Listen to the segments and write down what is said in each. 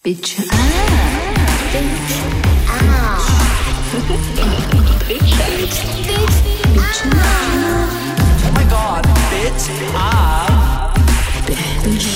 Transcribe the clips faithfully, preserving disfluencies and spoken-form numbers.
Bitch out. Bitch out. Bitch out. Bitch out. Oh my god, bitch out. Bitch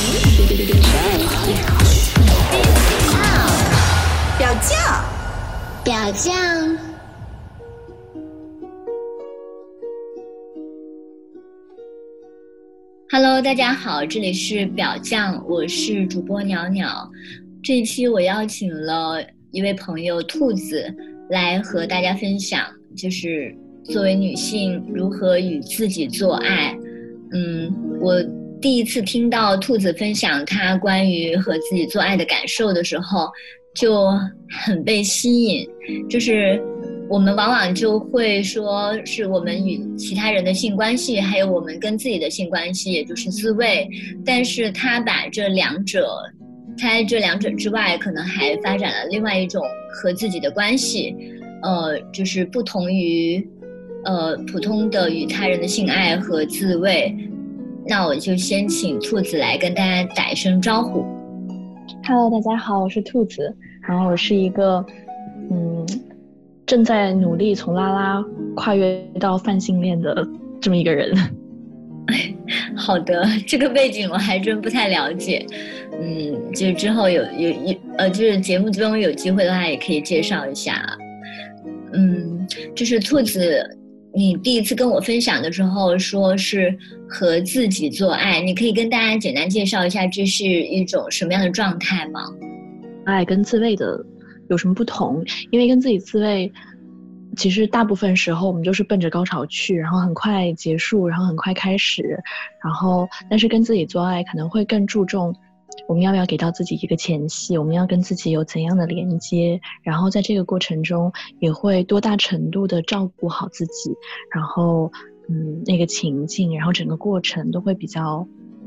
out. 表酱， 表酱。Hello， 大家好，这里是表酱，我是主播袅袅。这一期我邀请了一位朋友兔子来和大家分享，就是作为女性如何与自己做爱。嗯，我第一次听到兔子分享她关于和自己做爱的感受的时候，就很被吸引。就是我们往往就会说是我们与其他人的性关系，还有我们跟自己的性关系，也就是自慰。但是他把这两者，他在这两者之外，可能还发展了另外一种和自己的关系，呃，就是不同于呃普通的与他人的性爱和自慰。那我就先请兔子来跟大家打一声招呼。 Hello， 大家好，我是兔子，然后我是一个嗯。正在努力从拉拉跨越到泛性恋的这么一个人。 好的，这个背景我还真不太了解。嗯，就是之后有有有呃，就是节目中有机会的话，也可以介绍一下。嗯，就是兔子，你第一次跟我分享的时候说是和自己做爱，你可以跟大家简单介绍一下这是一种什么样的状态吗？ 爱跟自慰的有什么不同？因为跟自己自慰，其实大部分时候我们就是奔着高潮去，然后很快结束，然后很快开始，然后但是跟自己做爱可能会更注重我们要不要给到自己一个前戏，我们要跟自己有怎样的连接，然后在这个过程中也会多大程度的照顾好自己，然后嗯那个情境，然后整个过程都会比较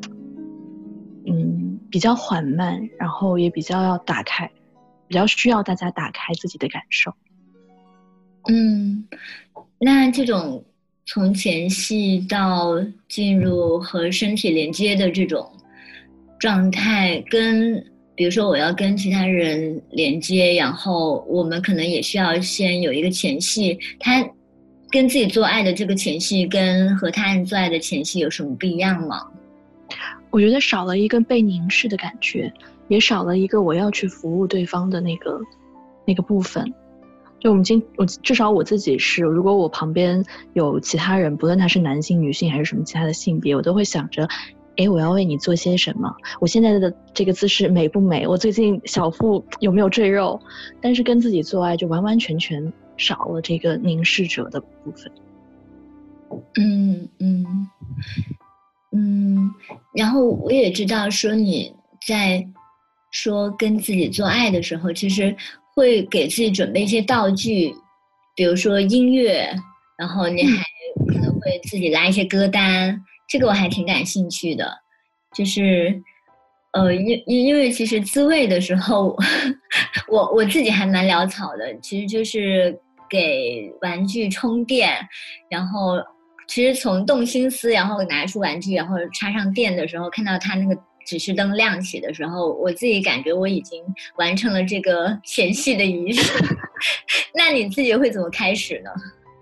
嗯比较缓慢，然后也比较要打开。比较需要大家打开自己的感受。 嗯，那这种从前戏到进入和身体连接的这种状态，跟比如说我要跟其他人连接，然后我们可能也需要先有一个前戏，它跟自己做爱的这个前戏跟和他人做爱的前戏有什么不一样吗？ 我觉得少了一个被凝视的感觉，也少了一个我要去服务对方的那个那个部分。就我们今我至少我自己是，如果我旁边有其他人，不论他是男性、女性还是什么其他的性别，我都会想着，哎，我要为你做些什么？我现在的这个姿势美不美？我最近小腹有没有赘肉？但是跟自己做爱就完完全全少了这个凝视者的部分。 嗯嗯嗯，然后我也知道说你在说跟自己做爱的时候，其实会给自己准备一些道具，比如说音乐，然后你还可能会自己拉一些歌单，这个我还挺感兴趣的。就是呃，因因为其实自慰的时候，我我自己还蛮潦草的，其实就是给玩具充电，然后其实从动心思，然后拿出玩具，然后插上电的时候，看到它那个指示灯亮起的时候，我自己感觉我已经完成了这个前戏的仪式。那你自己会怎么开始呢？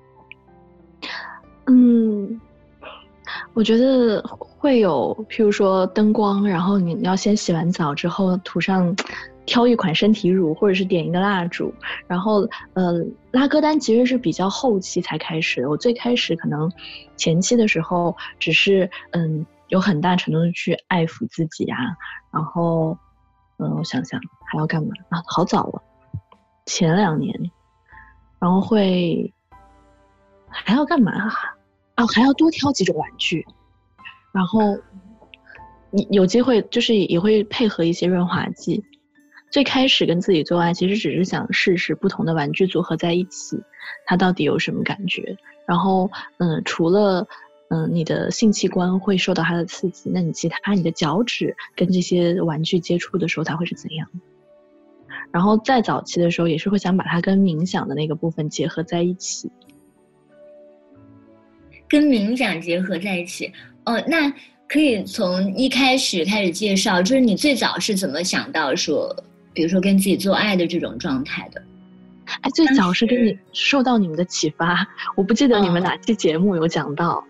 嗯，我觉得会有，譬如说灯光，然后你要先洗完澡之后涂上挑一款身体乳，或者是点一个蜡烛，然后呃拉歌单其实是比较后期才开始的。我最开始可能前期的时候只是嗯有很大程度的去爱抚自己啊，然后嗯我想想还要干嘛啊？好早了，前两年，然后会还要干嘛啊？啊还要多挑几种玩具，然后你有机会就是也会配合一些润滑剂。最开始跟自己做爱其实只是想试试不同的玩具组合在一起它到底有什么感觉，然后嗯，除了嗯你的性器官会受到它的刺激，那你其他你的脚趾跟这些玩具接触的时候它会是怎样。然后在早期的时候也是会想把它跟冥想的那个部分结合在一起， 跟冥想结合在一起哦。那可以从一开始开始介绍，就是你最早是怎么想到说比如说跟自己做爱的这种状态的。 哎，最早是跟你受到你们的启发，我不记得你们哪期节目有讲到。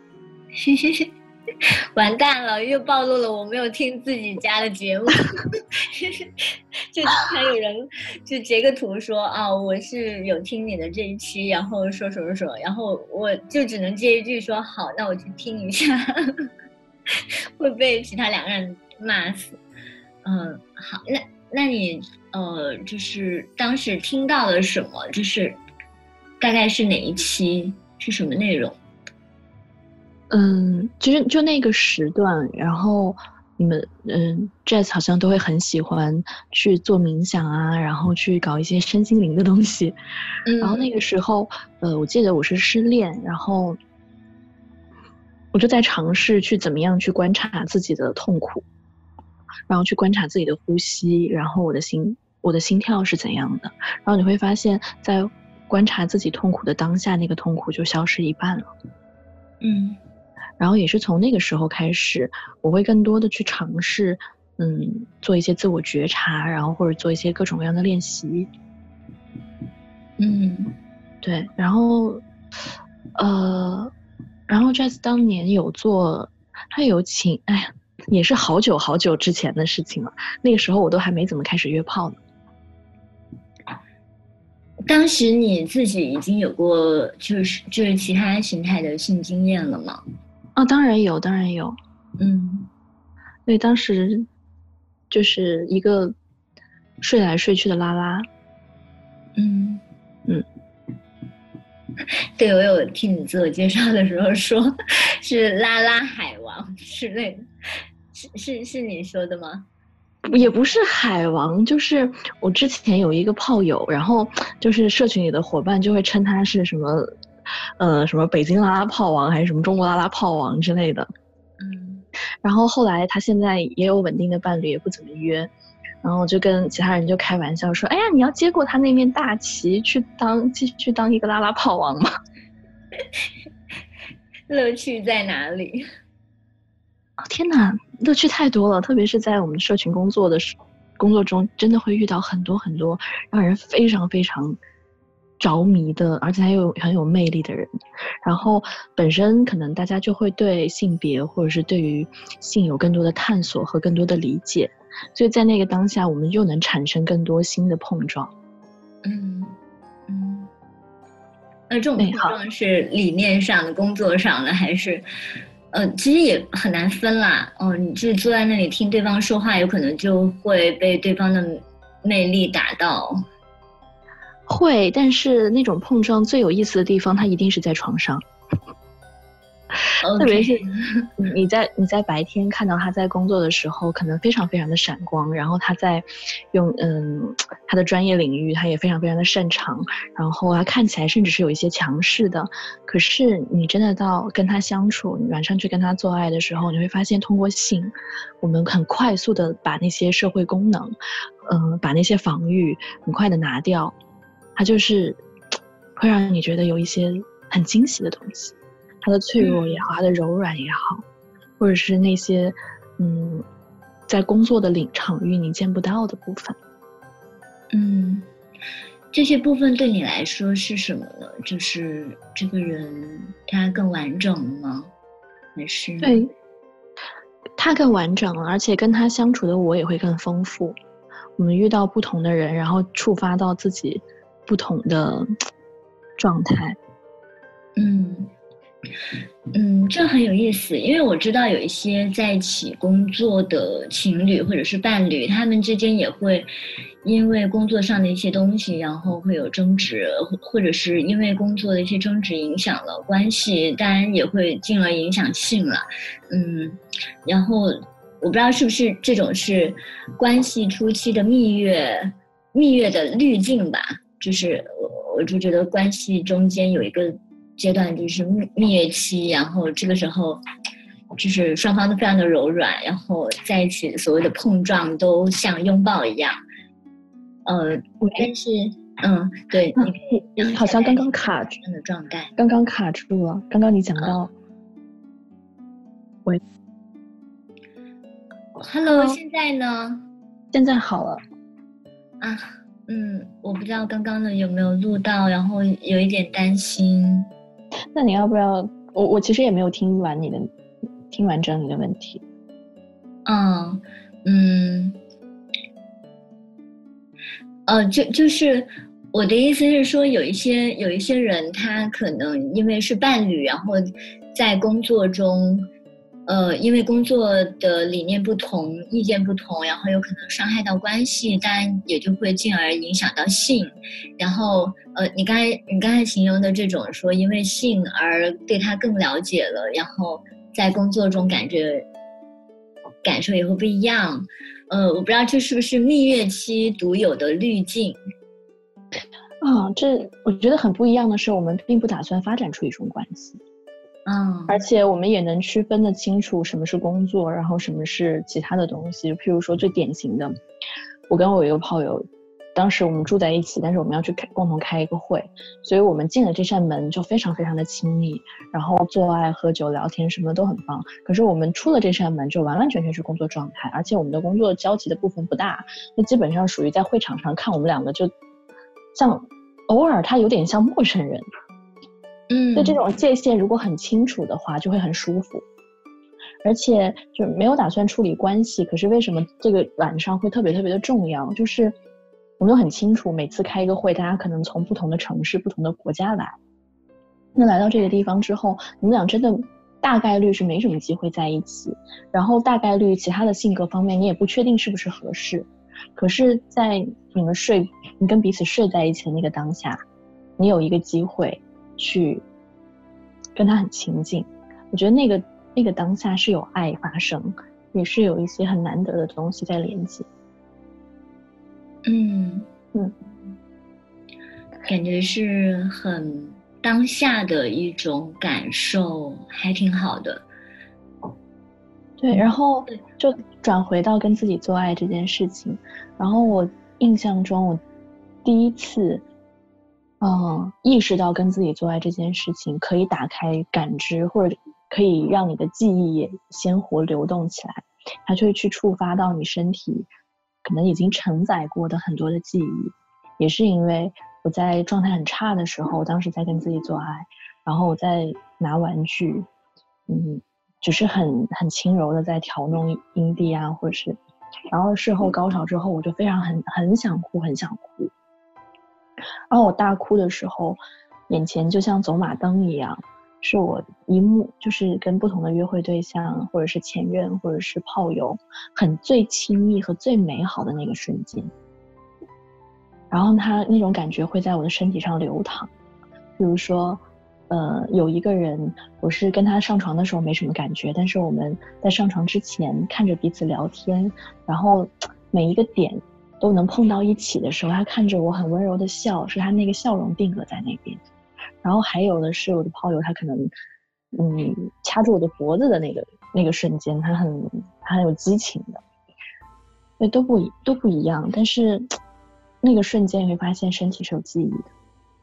完蛋了，又暴露了我没有听自己家的节目。就经常有人就截个图说啊，我是有听你的这一期，然后说什么什么，然后我就只能接一句说好，那我去听一下。会被其他两个人骂死。嗯，好，那那你呃，就是当时听到了什么？就是大概是哪一期，是什么内容？ 嗯，就是就那个时段，然后你们嗯 Jazz 好像都会很喜欢去做冥想啊，然后去搞一些身心灵的东西。 嗯， 然后那个时候，呃，我记得我是失恋，然后我就在尝试去怎么样去观察自己的痛苦，然后去观察自己的呼吸，然后我的心我的心跳是怎样的。然后你会发现在观察自己痛苦的当下，那个痛苦就消失一半了。 嗯。 然后也是从那个时候开始，我会更多的去尝试，嗯，做一些自我觉察，然后或者做一些各种各样的练习。 嗯， 对，然后，呃，然后 Jazz 当年有做，他有请，哎呀，也是好久好久之前的事情了。那个时候我都还没怎么开始约炮呢。 当时你自己已经有过就是就是其他形态的性经验了吗？ 啊，当然有，当然有。 嗯， 对，当时就是一个睡来睡去的拉拉。 嗯嗯， 对，我有听你自我介绍的时候说是拉拉海王之类的，是是是你说的吗？ 也不是海王，就是我之前有一个炮友，然后就是社群里的伙伴就会称他是什么，呃，什么北京拉拉炮王还是什么中国拉拉炮王之类的。 嗯， 然后后来他现在也有稳定的伴侣，也不怎么约，然后就跟其他人就开玩笑说：“哎呀，你要接过他那面大旗，去当继续当一个拉拉炮王吗？” 乐趣在哪里？ 哦，天哪，乐趣太多了，特别是在我们社群工作的时工作中，真的会遇到很多很多让人非常非常着迷的，而且还有很有魅力的人。然后本身可能大家就会对性别或者是对于性有更多的探索和更多的理解，所以在那个当下，我们又能产生更多新的碰撞。 嗯嗯，那这种碰撞是理念上的、工作上的，还是？呃，其实也很难分啦。哦，你就是坐在那里听对方说话，有可能就会被对方的魅力打到。 会，但是那种碰撞最有意思的地方，它一定是在床上。 Okay. 特别是你在你在白天看到他在工作的时候，可能非常非常的闪光，然后他在用嗯他的专业领域，他也非常非常的擅长，然后他看起来甚至是有一些强势的。可是你真的到跟他相处，你晚上去跟他做爱的时候，你会发现通过性，我们很快速的把那些社会功能，嗯、呃，把那些防御很快的拿掉，它就是会让你觉得有一些很惊喜的东西。它的脆弱也好，它的柔软也好，或者是那些嗯，在工作的领场域你见不到的部分。 嗯，这些部分对你来说是什么呢？就是这个人他更完整了吗？还是？ 对，他更完整了，而且跟他相处的我也会更丰富。我们遇到不同的人，然后触发到自己不同的状态。 嗯。嗯，这很有意思，因为我知道有一些在一起工作的情侣或者是伴侣，他们之间也会因为工作上的一些东西，然后会有争执，或者是因为工作的一些争执影响了关系，当然也会进而影响性了。嗯，然后我不知道是不是这种是关系初期的蜜月蜜月的滤镜吧，就是我就觉得关系中间有一个阶段就是蜜月期，然后这个时候就是双方都非常的柔软，然后在一起所谓的碰撞都像拥抱一样。呃，但是嗯，对， 嗯、你你好像刚刚卡住的状态， 刚刚卡住了。刚刚你讲到，喂 ，Hello， 现在呢？ 现在好了。 啊，嗯，我不知道刚刚的有没有录到，然后有一点担心。 那你要不要？我我其实也没有听完你的，听完整你的问题。 嗯嗯，呃，就就是我的意思是说，有一些有一些人，他可能因为是伴侣，然后在工作中。呃，因为工作的理念不同，意见不同，然后有可能伤害到关系，当然也就会进而影响到性。然后，呃，你刚才你刚才形容的这种说，因为性而对他更了解了，然后在工作中感觉感受也会不一样。呃，我不知道这是不是蜜月期独有的滤镜啊？这我觉得很不一样的是，我们并不打算发展出一种关系。 嗯， 而且我们也能区分得清楚什么是工作，然后什么是其他的东西。譬如说最典型的，我跟我一个炮友，当时我们住在一起，但是我们要去开共同开一个会，所以我们进了这扇门就非常非常的亲密，然后做爱喝酒聊天什么都很棒。可是我们出了这扇门就完完全全是工作状态，而且我们的工作交集的部分不大，那基本上属于在会场上看我们两个就像偶尔他有点像陌生人。 嗯， 对，这种界限如果很清楚的话就会很舒服，而且就没有打算处理关系。可是为什么这个晚上会特别特别的重要，就是我们都很清楚，每次开一个会大家可能从不同的城市不同的国家来，那来到这个地方之后，你们俩真的大概率是没什么机会在一起，然后大概率其他的性格方面你也不确定是不是合适。可是在你们睡你跟彼此睡在一起的那个当下，你有一个机会去跟他很亲近，我觉得那个那个当下是有爱发生，也是有一些很难得的东西在连接。 嗯嗯， 感觉是很当下的一种感受，还挺好的。 对，然后就转回到跟自己做爱这件事情，然后我印象中我第一次嗯，意识到跟自己做爱这件事情可以打开感知，或者可以让你的记忆也鲜活流动起来，它就会去触发到你身体可能已经承载过的很多的记忆。也是因为我在状态很差的时候，当时在跟自己做爱，然后我在拿玩具，嗯，只是很很轻柔的在调弄阴蒂啊，或者是，然后事后高潮之后，我就非常很很想哭，很想哭。然后我大哭的时候，眼前就像走马灯一样，是我一幕就是跟不同的约会对象，或者是前任，或者是炮友，很最亲密和最美好的那个瞬间。然后他那种感觉会在我的身体上流淌。比如说，呃，有一个人，我是跟他上床的时候没什么感觉，但是我们在上床之前看着彼此聊天，然后每一个点都能碰到一起的时候，他看着我很温柔的笑，是他那个笑容定格在那边。然后还有的是我的炮友，他可能嗯掐住我的脖子的那个那个瞬间，他很他很有激情的，对，都不都不一样，但是那个瞬间你会发现身体是有记忆的。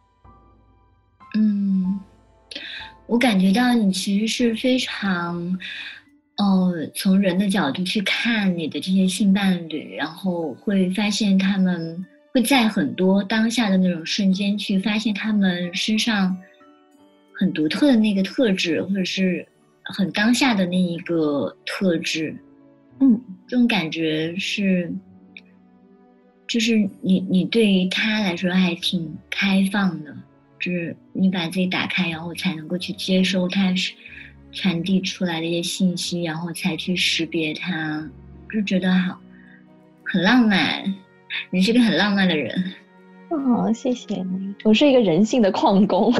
嗯，我感觉到你其实是非常呃，从人的角度去看你的这些性伴侣，然后会发现他们会在很多当下的那种瞬间去发现他们身上很独特的那个特质，或者是很当下的那一个特质。 嗯， 这种感觉是就是你你对于他来说还挺开放的，就是你把自己打开，然后才能够去接收他传递出来的一些信息，然后才去识别它，就觉得好很浪漫。你是个很浪漫的人。 哦，谢谢你，我是一个人性的矿工。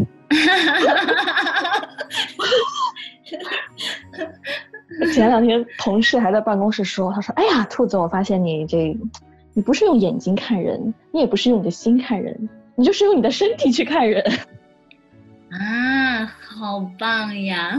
前两天同事还在办公室说，他说哎呀兔子，我发现你这你不是用眼睛看人，你也不是用你的心看人，你就是用你的身体去看人。 啊，好棒呀。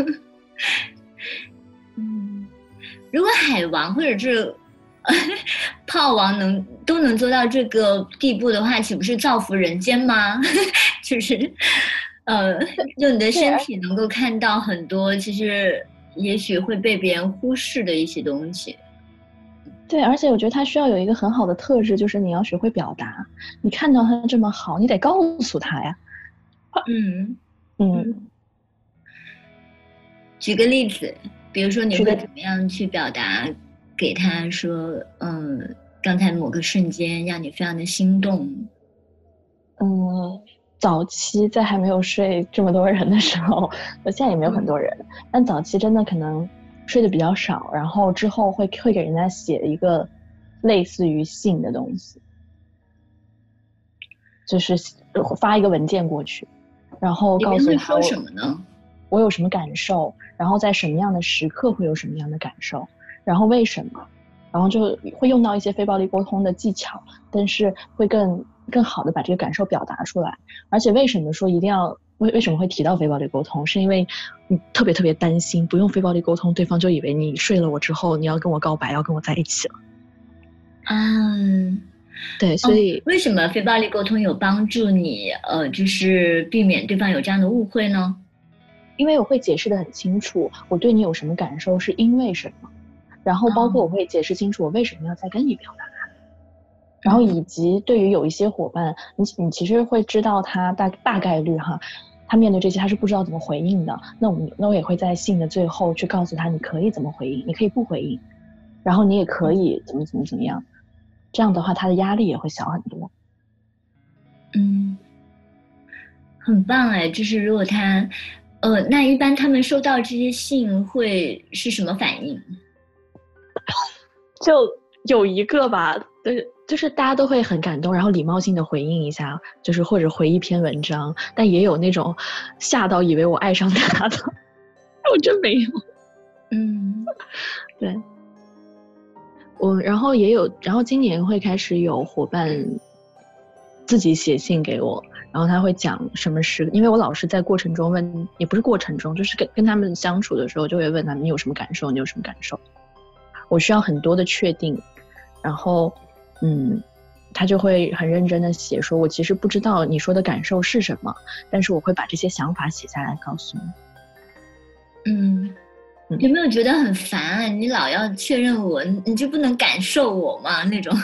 嗯，如果海王或者是炮王能都能做到这个地步的话，岂不是造福人间吗？就是呃用你的身体能够看到很多其实也许会被别人忽视的一些东西。 对，而且我觉得他需要有一个很好的特质，就是你要学会表达。你看到他这么好，你得告诉他呀。 嗯嗯， 举个例子，比如说你举个会怎么样去表达给他说，嗯，刚才某个瞬间让你非常的心动。 嗯，早期在还没有睡这么多人的时候，我现在也没有很多人，但早期真的可能睡得比较少，然后之后会会给人家写一个类似于信的东西，就是发一个文件过去，然后里告诉他我面会说什么呢？ 我有什么感受，然后在什么样的时刻会有什么样的感受，然后为什么，然后就会用到一些非暴力沟通的技巧，但是会更更好的把这个感受表达出来。而且为什么说一定要为为什么会提到非暴力沟通，是因为你特别特别担心不用非暴力沟通，对方就以为你睡了我之后你要跟我告白，要跟我在一起了。 嗯， 对，所以、 哦、为什么非暴力沟通有帮助你呃，就是避免对方有这样的误会呢？ 因为我会解释得很清楚，我对你有什么感受是因为什么，然后包括我会解释清楚我为什么要再跟你表达它，然后以及对于有一些伙伴，你你其实会知道他大大概率哈，他面对这些他是不知道怎么回应的，那我们那我也会在信的最后去告诉他你可以怎么回应，你可以不回应，然后你也可以怎么怎么怎么样，这样的话他的压力也会小很多。 嗯，很棒哎，就是如果他呃，那一般他们收到这些信会是什么反应？ 就有一个吧，就是就是大家都会很感动，然后礼貌性的回应一下，就是或者回一篇文章，但也有那种吓到以为我爱上他的，我真没有。 嗯， 对，我然后也有，然后今年会开始有伙伴自己写信给我。然后他会讲什么事，因为我老是在过程中问，也不是过程中，就是跟跟他们相处的时候，就会问他们你有什么感受，你有什么感受。我需要很多的确定，然后，嗯，他就会很认真的写，说我其实不知道你说的感受是什么，但是我会把这些想法写下来告诉你。 嗯，有没有觉得很烦啊？你老要确认我，你就不能感受我吗？那种。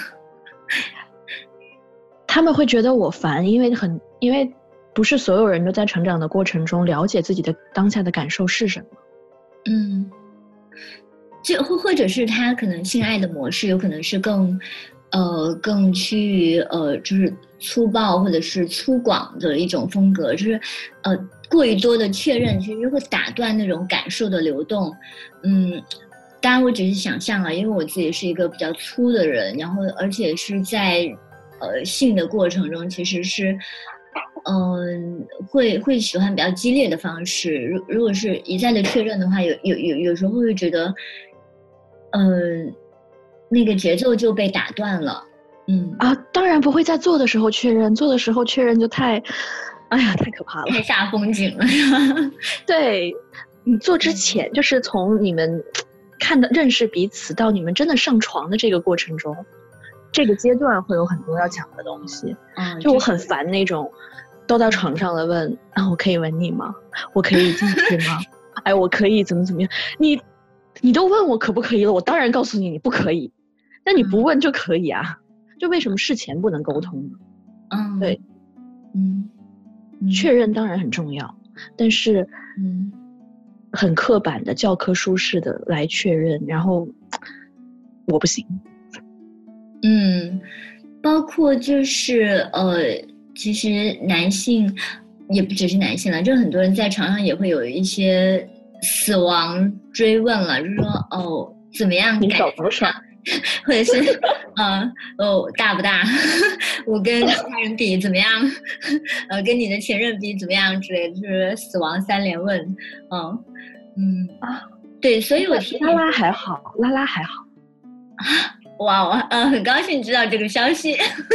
他们会觉得我烦，因为很，因为不是所有人都在成长的过程中了解自己的当下的感受是什么。 嗯，就或或者是他可能性爱的模式有可能是更，呃，更趋于呃，就是粗暴或者是粗犷的一种风格，就是呃，过于多的确认其实会打断那种感受的流动。嗯。当然我只是想象啊，因为我自己是一个比较粗的人，然后而且是在呃性的过程中其实是嗯、呃、会会喜欢比较激烈的方式，如如果是一再的确认的话，有有有有时候会觉得嗯、呃、那个节奏就被打断了。嗯啊，当然不会在做的时候确认，做的时候确认就太哎呀太可怕了， 太煞风景了。 对，你做之前就是从你们看的认识彼此到你们真的上床的这个过程中，这个阶段会有很多要讲的东西。 嗯， 就我很烦那种都到床上了问啊，我可以吻你吗？我可以进去吗？哎，我可以怎么怎么样？你你都问我可不可以了，我当然告诉你你不可以，那你不问就可以啊。就为什么事前不能沟通呢？ 嗯， 对， 嗯， 确认当然很重要，但是嗯。 很刻板的教科书式的来确认，然后我不行。 嗯，包括就是呃，其实男性也不只是男性了，就很多人在床上也会有一些死亡追问了，就是说哦怎么样， 你爽不爽， 或者是呃哦大不大，我跟其他人比怎么样，呃跟你的前任比怎么样之类的，就是死亡三连问。嗯嗯啊，对，所以我听拉拉还好，拉拉还好。 哇，我呃很高兴知道这个消息。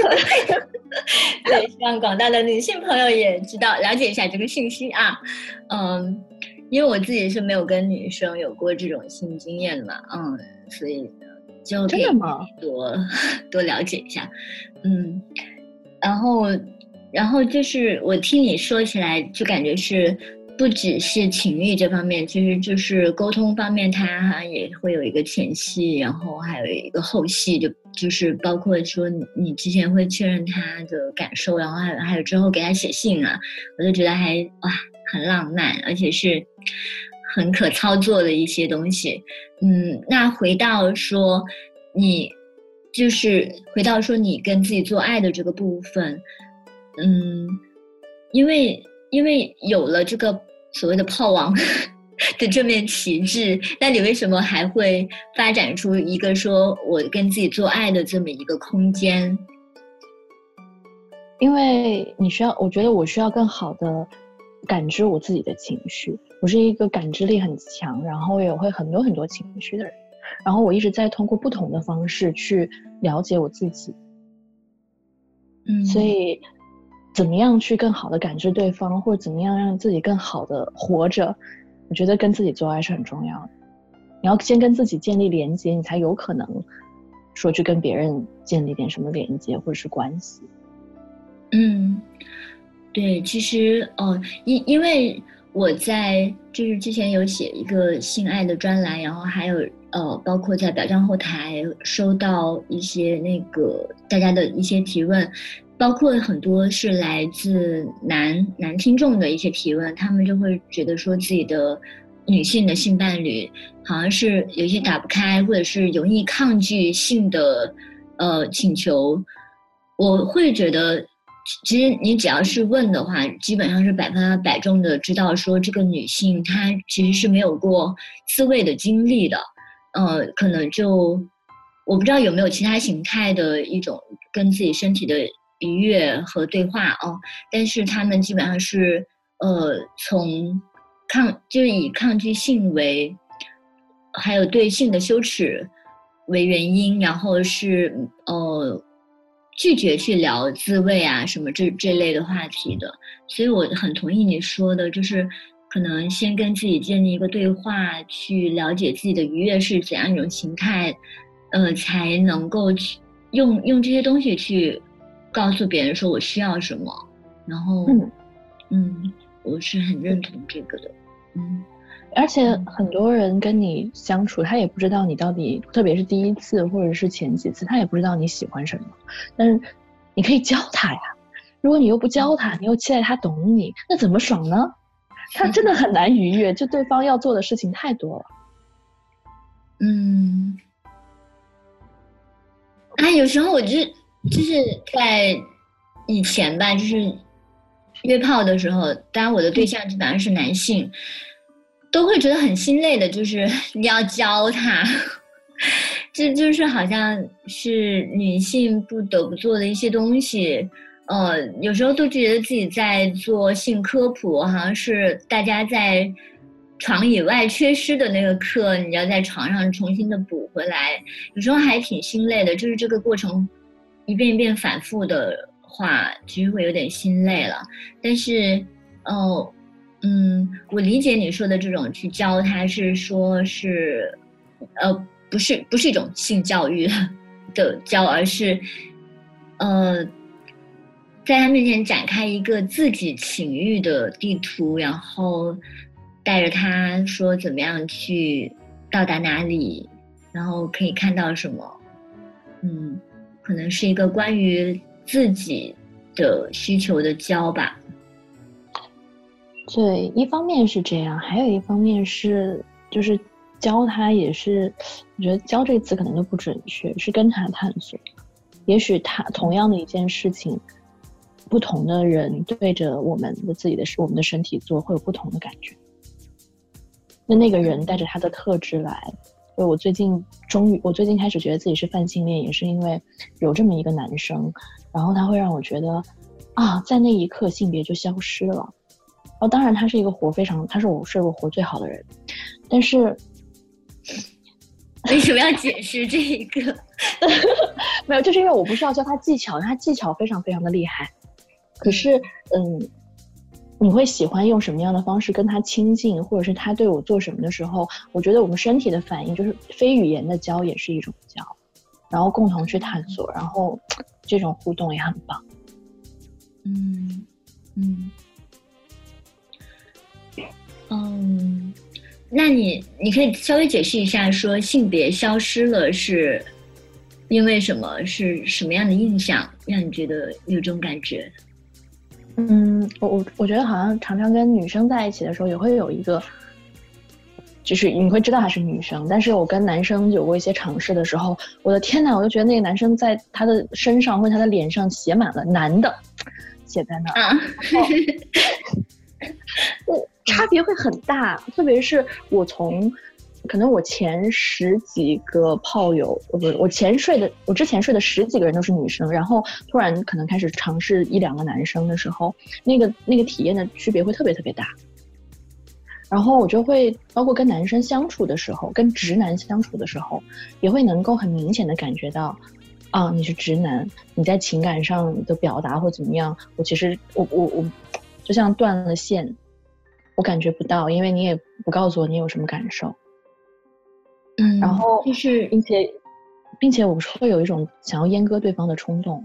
对，希望广大的女性朋友也知道了解一下这个信息啊。嗯，因为我自己是没有跟女生有过这种性经验的嘛，嗯，所以就可以多多了解一下。嗯，然后然后就是我听你说起来就感觉是不只是情欲这方面，其实就是沟通方面，它也会有一个前戏，然后还有一个后戏，就就是包括说你你之前会确认他的感受，然后还有还有之后给他写信啊，我就觉得还哇很浪漫，而且是很可操作的一些东西。嗯，那回到说你就是回到说你跟自己做爱的这个部分，嗯，因为因为有了这个所谓的炮王的这面旗帜，那你为什么还会发展出一个说我跟自己做爱的这么一个空间？ 因为你需要，我觉得我需要更好的感知我自己的情绪。我是一个感知力很强，然后也会很多很多情绪的人。然后我一直在通过不同的方式去了解我自己。 嗯， 所以怎么样去更好的感知对方，或者怎么样让自己更好的活着，我觉得跟自己做爱是很重要的。你要先跟自己建立连接，你才有可能说去跟别人建立点什么连接或者是关系。 嗯，对，其实哦，因因为我在就是之前有写一个性爱的专栏，然后还有呃，包括在表彰后台收到一些那个大家的一些提问，包括很多是来自男男听众的一些提问，他们就会觉得说自己的女性的性伴侣好像是有一些打不开，或者是容易抗拒性的呃请求。我会觉得其实你只要是问的话，基本上是百分百中的知道说这个女性她其实是没有过自慰的经历的，呃，可能就我不知道有没有其他形态的一种跟自己身体的愉悦和对话哦，但是他们基本上是呃从抗就是以抗拒性为，还有对性的羞耻为原因，然后是呃。拒绝去聊自慰啊什么这这类的话题的，所以我很同意你说的，就是可能先跟自己建立一个对话，去了解自己的愉悦是怎样一种形态，呃，才能够去用用这些东西去告诉别人说我需要什么，然后，嗯，嗯我是很认同这个的，嗯。 而且很多人跟你相处，他也不知道你到底，特别是第一次或者是前几次，他也不知道你喜欢什么。但是你可以教他呀。如果你又不教他，你又期待他懂你，那怎么爽呢？他真的很难愉悦，就对方要做的事情太多了。 嗯，啊，有时候我就是就是在以前吧，就是约炮的时候，当然我的对象基本上是男性。都会觉得很心累的，就是你要教他，这就是好像是女性不得不做的一些东西。呃，有时候都觉得自己在做性科普，好像是大家在床以外缺失的那个课，你要在床上重新的补回来，有时候还挺心累的。就是这个过程一遍一遍反复的话，其实会有点心累了。但是，哦、呃。嗯，我理解你说的这种去教他是说是，呃，不是不是一种性教育的教，而是，呃，在他面前展开一个自己情欲的地图，然后带着他说怎么样去到达哪里，然后可以看到什么，嗯，可能是一个关于自己的需求的教吧。 对，一方面是这样，还有一方面是就是教他也是，我觉得教这个词可能都不准确，是跟他探索。也许他同样的一件事情，不同的人对着我们的自己的我们的身体做，会有不同的感觉。那那个人带着他的特质来，所以我最近终于，我最近开始觉得自己是泛性恋，也是因为有这么一个男生，然后他会让我觉得啊，在那一刻性别就消失了。哦，当然他是一个活非常，他是我是我活最好的人，但是为什么要解释这一个？ 没有，就是因为我不是要教他技巧，他技巧非常非常的厉害。可是，嗯，你会喜欢用什么样的方式跟他亲近，或者是他对我做什么的时候，我觉得我们身体的反应就是非语言的教也是一种教，然后共同去探索，然后这种互动也很棒。 嗯嗯。 那你你可以稍微解释一下，说性别消失了是因为什么？是什么样的印象让你觉得有这种感觉？ 嗯，我我我觉得好像常常跟女生在一起的时候，也会有一个，就是你会知道她是女生，但是我跟男生有过一些尝试的时候，我的天哪，我就觉得那个男生在他的身上或者他的脸上写满了男的，写在那儿， 啊， 差别会很大，特别是我从。可能我前十几个炮友，呃不，我前睡的，我之前睡的十几个人都是女生，然后突然可能开始尝试一两个男生的时候，那个那个体验的区别会特别特别大。然后我就会包括跟男生相处的时候，跟直男相处的时候，也会能够很明显的感觉到，啊，你是直男，你在情感上的表达或怎么样，我其实我我我就像断了线，我感觉不到，因为你也不告诉我你有什么感受。 嗯， 然后就是， 并且，并且我会有一种想要阉割对方的冲动，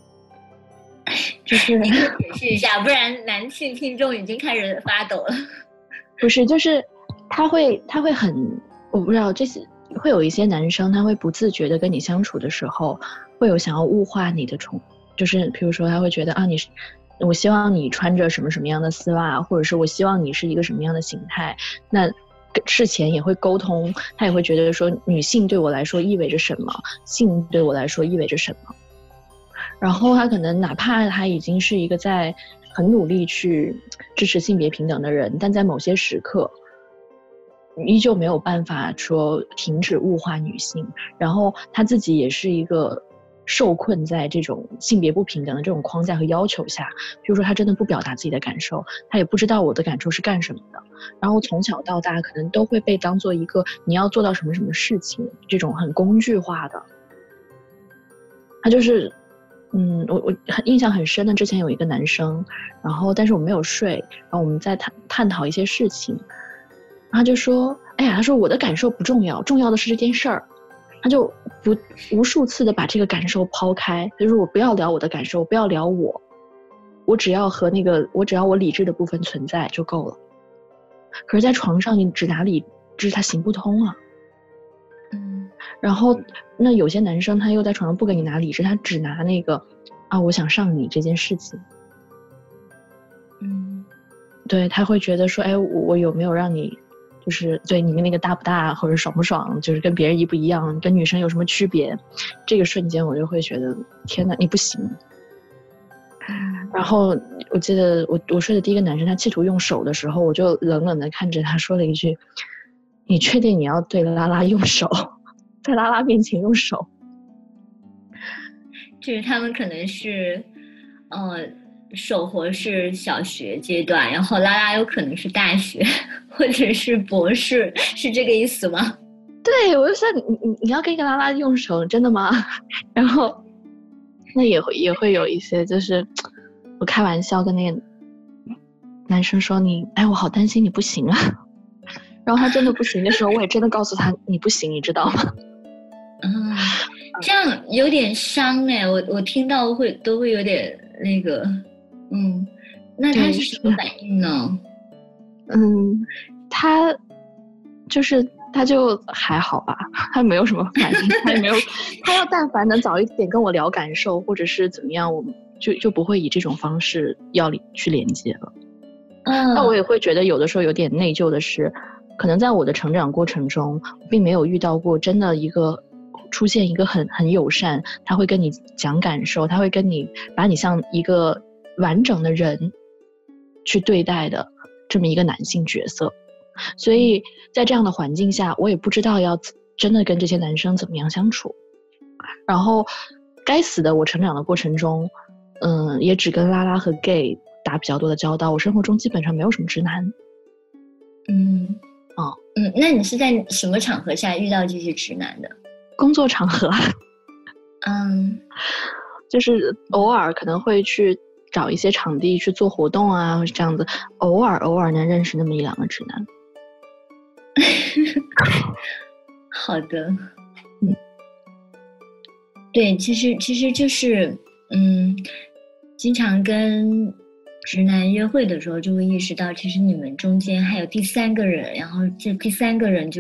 就是你可以解释一下，不然男性听众已经开始发抖了。 不是，就是他会，他会很，我不知道，这些会有一些男生，他会不自觉的跟你相处的时候，会有想要物化你的冲，就是比如说他会觉得啊，你是，我希望你穿着什么什么样的丝袜，或者是我希望你是一个什么样的形态，那。事前也会沟通，他也会觉得说女性对我来说意味着什么，性对我来说意味着什么。然后他可能哪怕他已经是一个在很努力去支持性别平等的人，但在某些时刻依旧没有办法说停止物化女性，然后他自己也是一个受困在这种性别不平等的这种框架和要求下，比如说他真的不表达自己的感受，他也不知道我的感受是干什么的，然后从小到大可能都会被当做一个你要做到什么什么事情，这种很工具化的。他就是嗯，我我印象很深的，之前有一个男生，然后但是我没有睡，然后我们在探探讨一些事情，他就说哎呀，他说我的感受不重要，重要的是这件事儿。他就不无数次的把这个感受抛开，就是我不要聊我的感受，不要聊我，我只要和那个我只要我理智的部分存在就够了。可是在床上你只拿理智，他行不通啊。 嗯， 然后那有些男生他又在床上不跟你拿理智，他只拿那个啊我想上你这件事情。 嗯， 对，他会觉得说哎我我有没有让你就是对你那个大不大或者爽不爽，就是跟别人一不一样，跟女生有什么区别，这个瞬间我就会觉得天哪你不行。然后我记得我我睡的第一个男生他企图用手的时候，我就冷冷的看着他说了一句，你确定你要对拉拉用手，在拉拉面前用手？ 就是他们可能是呃手活是小学阶段，然后拉拉有可能是大学或者是博士，是这个意思吗？ 对，我就说你你你要跟一个拉拉用手，真的吗？然后那也会也会有一些，就是我开玩笑跟那个男生说你，哎，我好担心你不行啊。然后他真的不行的时候，我也真的告诉他你不行，你知道吗？ 嗯，这样有点伤哎，我我听到会都会有点那个，嗯，那他是什么反应呢？ 嗯，他就是他就还好吧，他没有什么反应，他也没有，他要但凡能早一点跟我聊感受或者是怎么样，我就就不会以这种方式要去连接了。 嗯， 那我也会觉得有的时候有点内疚的是，可能在我的成长过程中，并没有遇到过真的一个出现一个很很友善，他会跟你讲感受，他会跟你把你像一个完整的人去对待的这么一个男性角色。所以在这样的环境下，我也不知道要真的跟这些男生怎么样相处。然后该死的我成长的过程中，嗯，也只跟拉拉和 gay 打比较多的交道，我生活中基本上没有什么直男。 嗯， 哦， 嗯，那你是在什么场合下遇到这些直男的？ 工作场合。 嗯， 就是偶尔可能会去找一些场地去做活动啊，这样子，偶尔偶尔能认识那么一两个直男。 好的， 嗯， 对，其实其实就是，嗯，经常跟直男约会的时候，就会意识到，其实你们中间还有第三个人，然后这第三个人就是，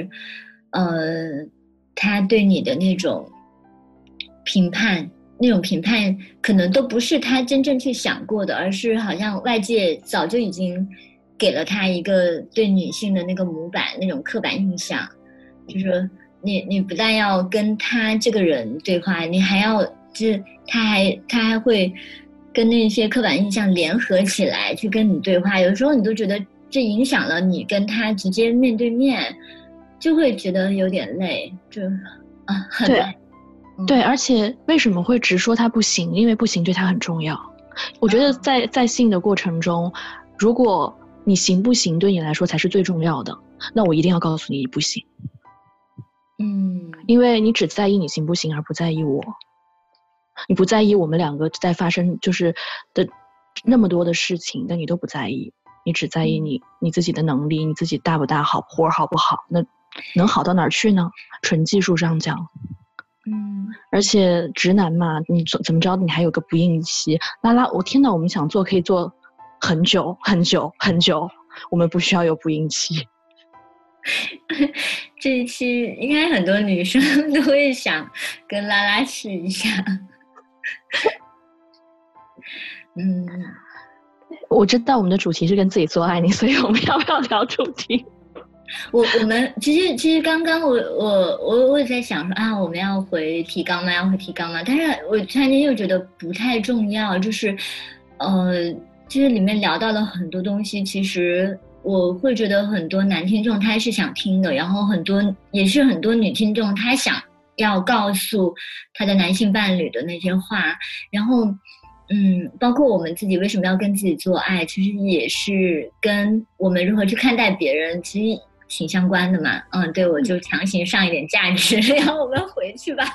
呃，他对你的那种评判，那种评判可能都不是他真正去想过的，而是好像外界早就已经给了他一个对女性的那个模板，那种刻板印象，就是你你不但要跟他这个人对话，你还要就是他还他还会跟那些刻板印象联合起来去跟你对话，有时候你都觉得这影响了你跟他直接面对面，就会觉得有点累，就啊很累。 对，而且为什么会直说他不行？因为不行对他很重要。我觉得在在性的过程中，如果你行不行对你来说才是最重要的，那我一定要告诉你你不行。 嗯， 因为你只在意你行不行，而不在意我。你不在意我们两个在发生就是的那么多的事情，但你都不在意，你只在意你你自己的能力，你自己大不大，好活好不好，那能好到哪儿去呢？纯技术上讲。 嗯， 而且直男嘛，你怎么着你还有个不孕期，拉拉我天哪，我们想做可以做很久很久很久，我们不需要有不孕期。 这一期应该很多女生都会想跟拉拉试一下。嗯， 我知道我们的主题是跟自己做爱你，所以我们要不要聊主题？ 我我们其实其实刚刚我我我我也在想说啊，我们要回提纲吗？要回提纲吗？但是我突然间又觉得不太重要，就是呃，其实里面聊到了很多东西，其实我会觉得很多男听众他是想听的，然后很多也是很多女听众他想要告诉他的男性伴侣的那些话，然后嗯，包括我们自己为什么要跟自己做爱，其实也是跟我们如何去看待别人其实挺相关的嘛。嗯，对，我就强行上一点价值，然后我们回去吧。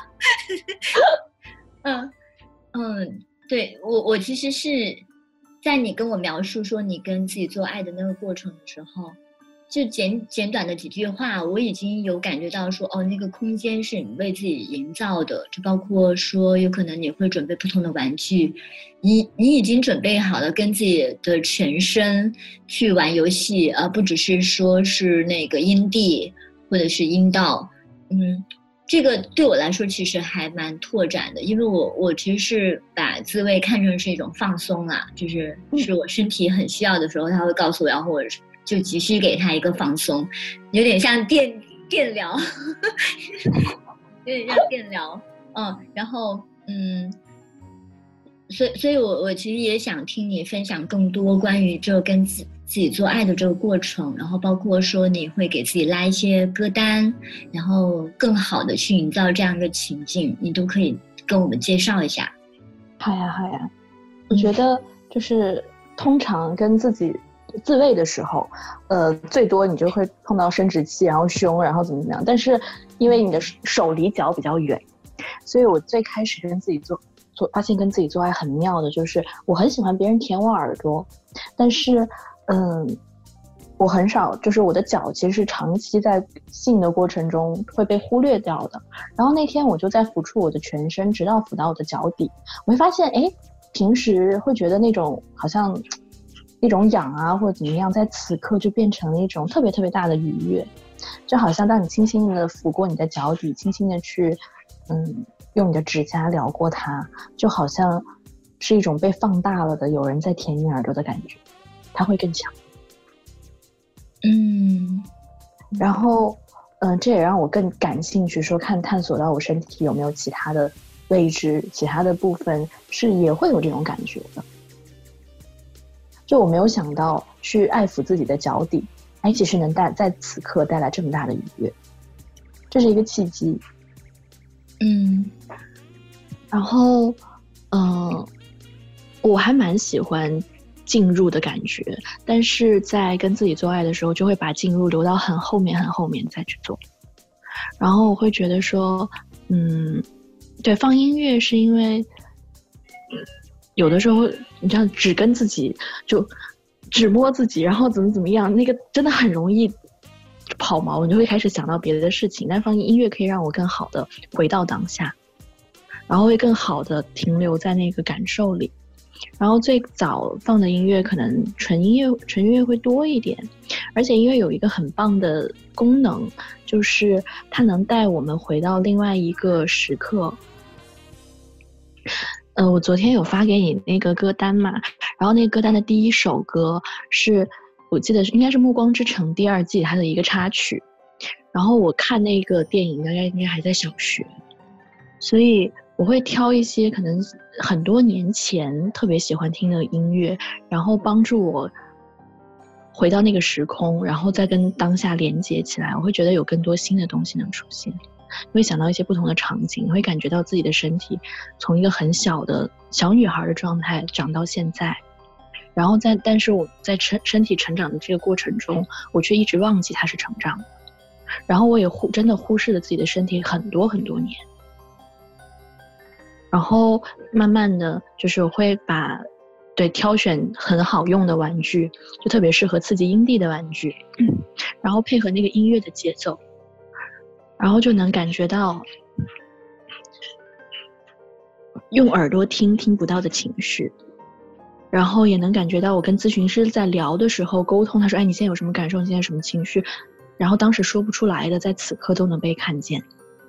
嗯嗯，对，我我其实是在你跟我描述说你跟自己做爱的那个过程的时候，就简简短的几句话，我已经有感觉到说，哦，那个空间是你为自己营造的，就包括说有可能你会准备不同的玩具，你你已经准备好了跟自己的全身去玩游戏，而不只是说是那个阴蒂或者是阴道。嗯，这个对我来说其实还蛮拓展的，因为我我其实是把自慰看成是一种放松啊，就是是我身体很需要的时候，他会告诉我，然后我就急需给他一个放松，有点像电电疗，有点像电疗，嗯，然后嗯，所以所以我我其实也想听你分享更多关于这跟自自己做爱的这个过程，然后包括说你会给自己拉一些歌单，然后更好的去营造这样一个情境，你都可以跟我们介绍一下。 好呀好呀，我觉得就是通常跟自己自慰的时候，呃，最多你就会碰到生殖器，然后胸，然后怎么怎么样。但是因为你的手离脚比较远，所以我最开始跟自己做做，发现跟自己做爱很妙的就是，我很喜欢别人舔我耳朵，但是，嗯，我很少，就是我的脚其实是长期在性的过程中会被忽略掉的。然后那天我就在抚触我的全身，直到抚到我的脚底，我会发现，哎，平时会觉得那种好像一种痒啊或者怎么样，在此刻就变成了一种特别特别大的愉悦，就好像当你轻轻的抚过你的脚底，轻轻的去嗯用你的指甲撩过它，就好像是一种被放大了的有人在舔你耳朵的感觉，它会更强。 嗯， 然后嗯、呃，这也让我更感兴趣，说看探索到我身体有没有其他的位置，其他的部分是也会有这种感觉的。就我没有想到去爱抚自己的脚底，哎，其实能带在此刻带来这么大的愉悦，这是一个契机。 嗯， 然后，嗯、呃，我还蛮喜欢进入的感觉，但是在跟自己做爱的时候，就会把进入留到很后面、很后面再去做。然后我会觉得说，嗯，对，放音乐是因为。有的时候你这样只跟自己就只摸自己，然后怎么怎么样，那个真的很容易跑毛，你就会开始想到别的事情。但放音乐可以让我更好的回到当下，然后会更好的停留在那个感受里。 然后最早放的音乐可能纯音乐纯音乐会多一点，而且音乐有一个很棒的功能，就是它能带我们回到另外一个时刻。呃，我昨天有发给你那个歌单嘛，然后那个歌单的第一首歌是我记得是应该是《暮光之城》第二季它的一个插曲，然后我看那个电影大概应该还在小学，所以我会挑一些可能很多年前特别喜欢听的音乐，然后帮助我回到那个时空，然后再跟当下连接起来，我会觉得有更多新的东西能出现。你会想到一些不同的场景，你会感觉到自己的身体从一个很小的小女孩的状态长到现在，然后在但是我在身身体成长的这个过程中，我却一直忘记它是成长的，然后我也忽真的忽视了自己的身体很多很多年。然后慢慢的就是我会把对挑选很好用的玩具，就特别适合刺激阴蒂的玩具，然后配合那个音乐的节奏，然后就能感觉到用耳朵听听不到的情绪，然后也能感觉到我跟咨询师在聊的时候沟通，他说哎你现在有什么感受，你现在有什么情绪，然后当时说不出来的在此刻都能被看见。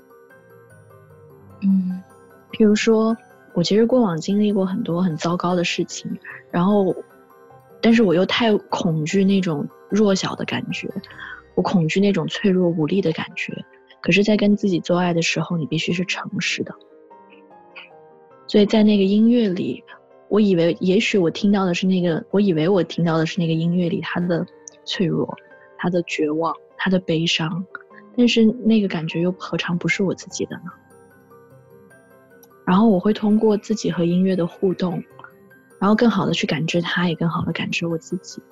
嗯， 比如说我其实过往经历过很多很糟糕的事情，然后但是我又太恐惧那种弱小的感觉，我恐惧那种脆弱无力的感觉，可是在跟自己做爱的时候你必须是诚实的。所以在那个音乐里，我以为也许我听到的是那个我以为我听到的是那个音乐里他的脆弱，他的绝望，他的悲伤，但是那个感觉又何尝不是我自己的呢？然后我会通过自己和音乐的互动，然后更好的去感知它，也更好的感知我自己。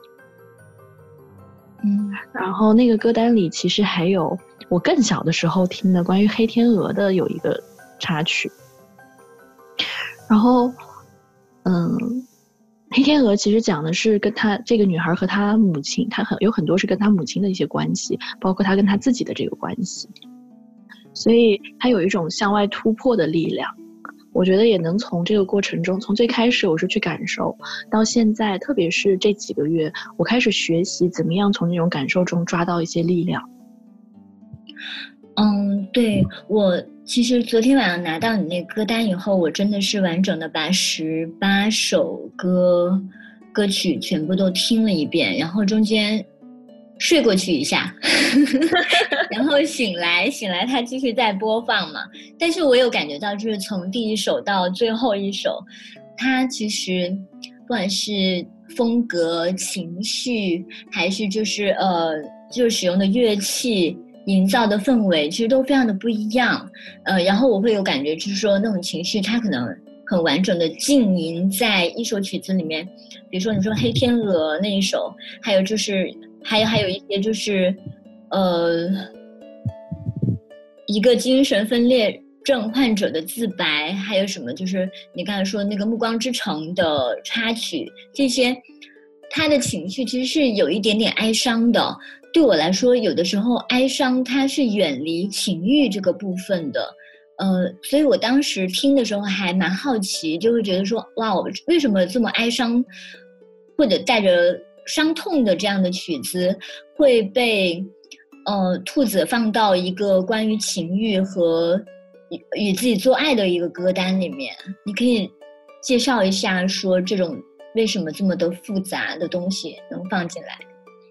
嗯， 然后那个歌单里其实还有我更小的时候听的关于黑天鹅的有一个插曲。然后嗯，黑天鹅其实讲的是跟她这个女孩和她母亲，她很有很多是跟她母亲的一些关系，包括她跟她自己的这个关系，所以她有一种向外突破的力量。我觉得也能从这个过程中，从最开始我是去感受，到现在特别是这几个月，我开始学习怎么样从那种感受中抓到一些力量。 嗯，对，我其实昨天晚上拿到你那歌单以后，我真的是完整的把十八首歌歌曲全部都听了一遍，然后中间睡过去一下然后醒来醒来它继续在播放嘛。但是我有感觉到就是从第一首到最后一首，它其实不管是风格情绪还是就是呃就是使用的乐器营造的氛围其实都非常的不一样。呃，然后我会有感觉就是说那种情绪它可能很完整的浸淫在一首曲子里面，比如说你说黑天鹅那一首，还有就是还有还有一些就是呃一个精神分裂症患者的自白，还有什么就是你刚才说那个暮光之城的插曲，这些他的情绪其实是有一点点哀伤的。对我来说有的时候哀伤它是远离情欲这个部分的，呃，所以我当时听的时候还蛮好奇，就会觉得说哇，我为什么这么哀伤或者带着伤痛的这样的曲子会被呃兔子放到一个关于情欲和与自己做爱的一个歌单里面。你可以介绍一下说这种为什么这么的复杂的东西能放进来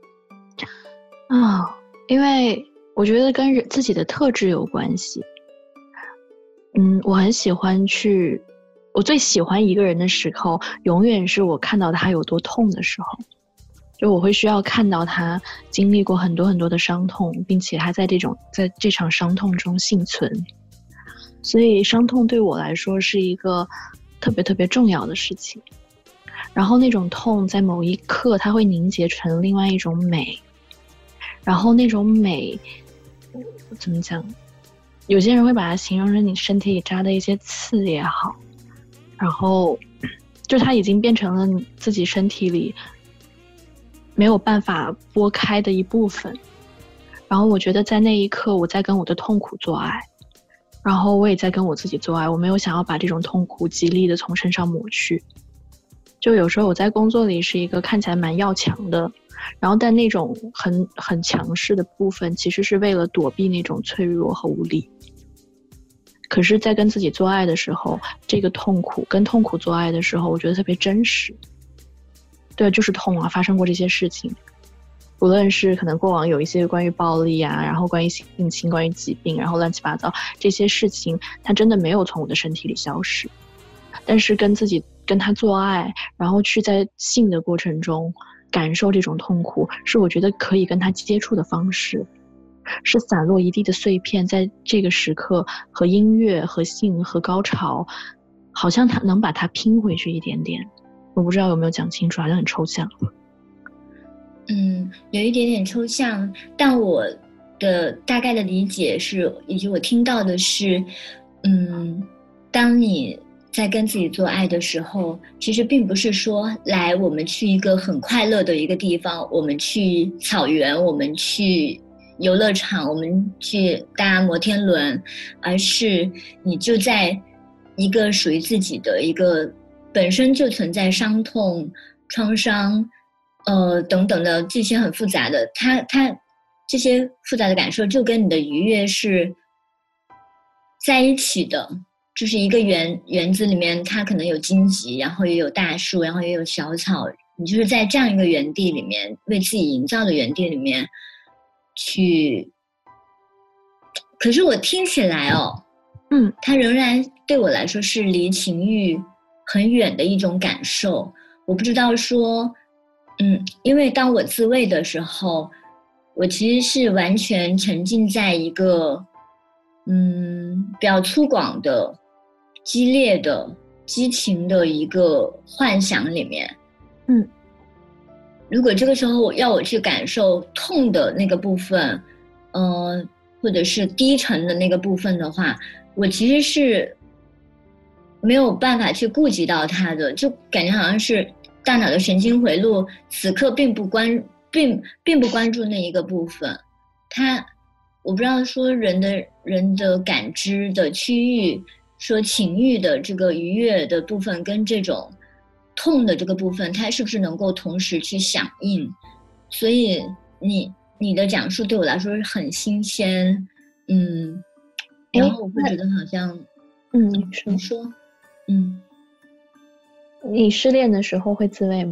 啊、哦？因为我觉得跟自己的特质有关系。嗯，我很喜欢去我最喜欢一个人的时候永远是我看到他有多痛的时候，就我会需要看到他经历过很多很多的伤痛，并且他在这种在这场伤痛中幸存。所以伤痛对我来说是一个特别特别重要的事情。然后那种痛在某一刻它会凝结成另外一种美，然后那种美怎么讲，有些人会把它形容成你身体里扎的一些刺也好，然后就它已经变成了你自己身体里没有办法拨开的一部分。然后我觉得在那一刻我在跟我的痛苦做爱，然后我也在跟我自己做爱，我没有想要把这种痛苦极力的从身上抹去。 就有时候我在工作里是一个看起来蛮要强的，然后但那种很很强势的部分其实是为了躲避那种脆弱和无力。可是在跟自己做爱的时候，这个痛苦跟痛苦做爱的时候，我觉得特别真实。对，就是痛啊，发生过这些事情，无论是可能过往有一些关于暴力啊，然后关于性侵，关于疾病，然后乱七八糟这些事情，它真的没有从我的身体里消失。但是跟自己跟他做爱，然后去在性的过程中感受这种痛苦，是我觉得可以跟他接触的方式，是散落一地的碎片，在这个时刻和音乐和性和高潮，好像他能把它拼回去一点点。我不知道有没有讲清楚，好像很抽象。 嗯，有一点点抽象，但我的大概的理解是，以及我听到的是，嗯，当你在跟自己做爱的时候，其实并不是说来我们去一个很快乐的一个地方，我们去草原，我们去游乐场，我们去搭摩天轮，而是你就在一个属于自己的一个本身就存在伤痛、创伤，呃等等的这些很复杂的，它它这些复杂的感受就跟你的愉悦是在一起的。就是一个园园子里面，它可能有荆棘，然后也有大树，然后也有小草。你就是在这样一个园地里面，为自己营造的园地里面去。可是我听起来哦， 嗯， 它仍然对我来说是离情欲很远的一种感受。我不知道说，嗯，因为当我自慰的时候，我其实是完全沉浸在一个，嗯，比较粗犷的。激烈的激情的一个幻想里面， 嗯， 如果这个时候要我去感受痛的那个部分，呃，或者是低沉的那个部分的话，我其实是没有办法去顾及到它的，就感觉好像是大脑的神经回路此刻并不关并并不关注那一个部分，它我不知道说人的人的感知的区域。说情欲的这个愉悦的部分跟这种痛的这个部分，它是不是能够同时去响应？所以你你的讲述对我来说是很新鲜，嗯，然后我会觉得好像， 嗯， 你说，嗯， 你失恋的时候会自慰吗？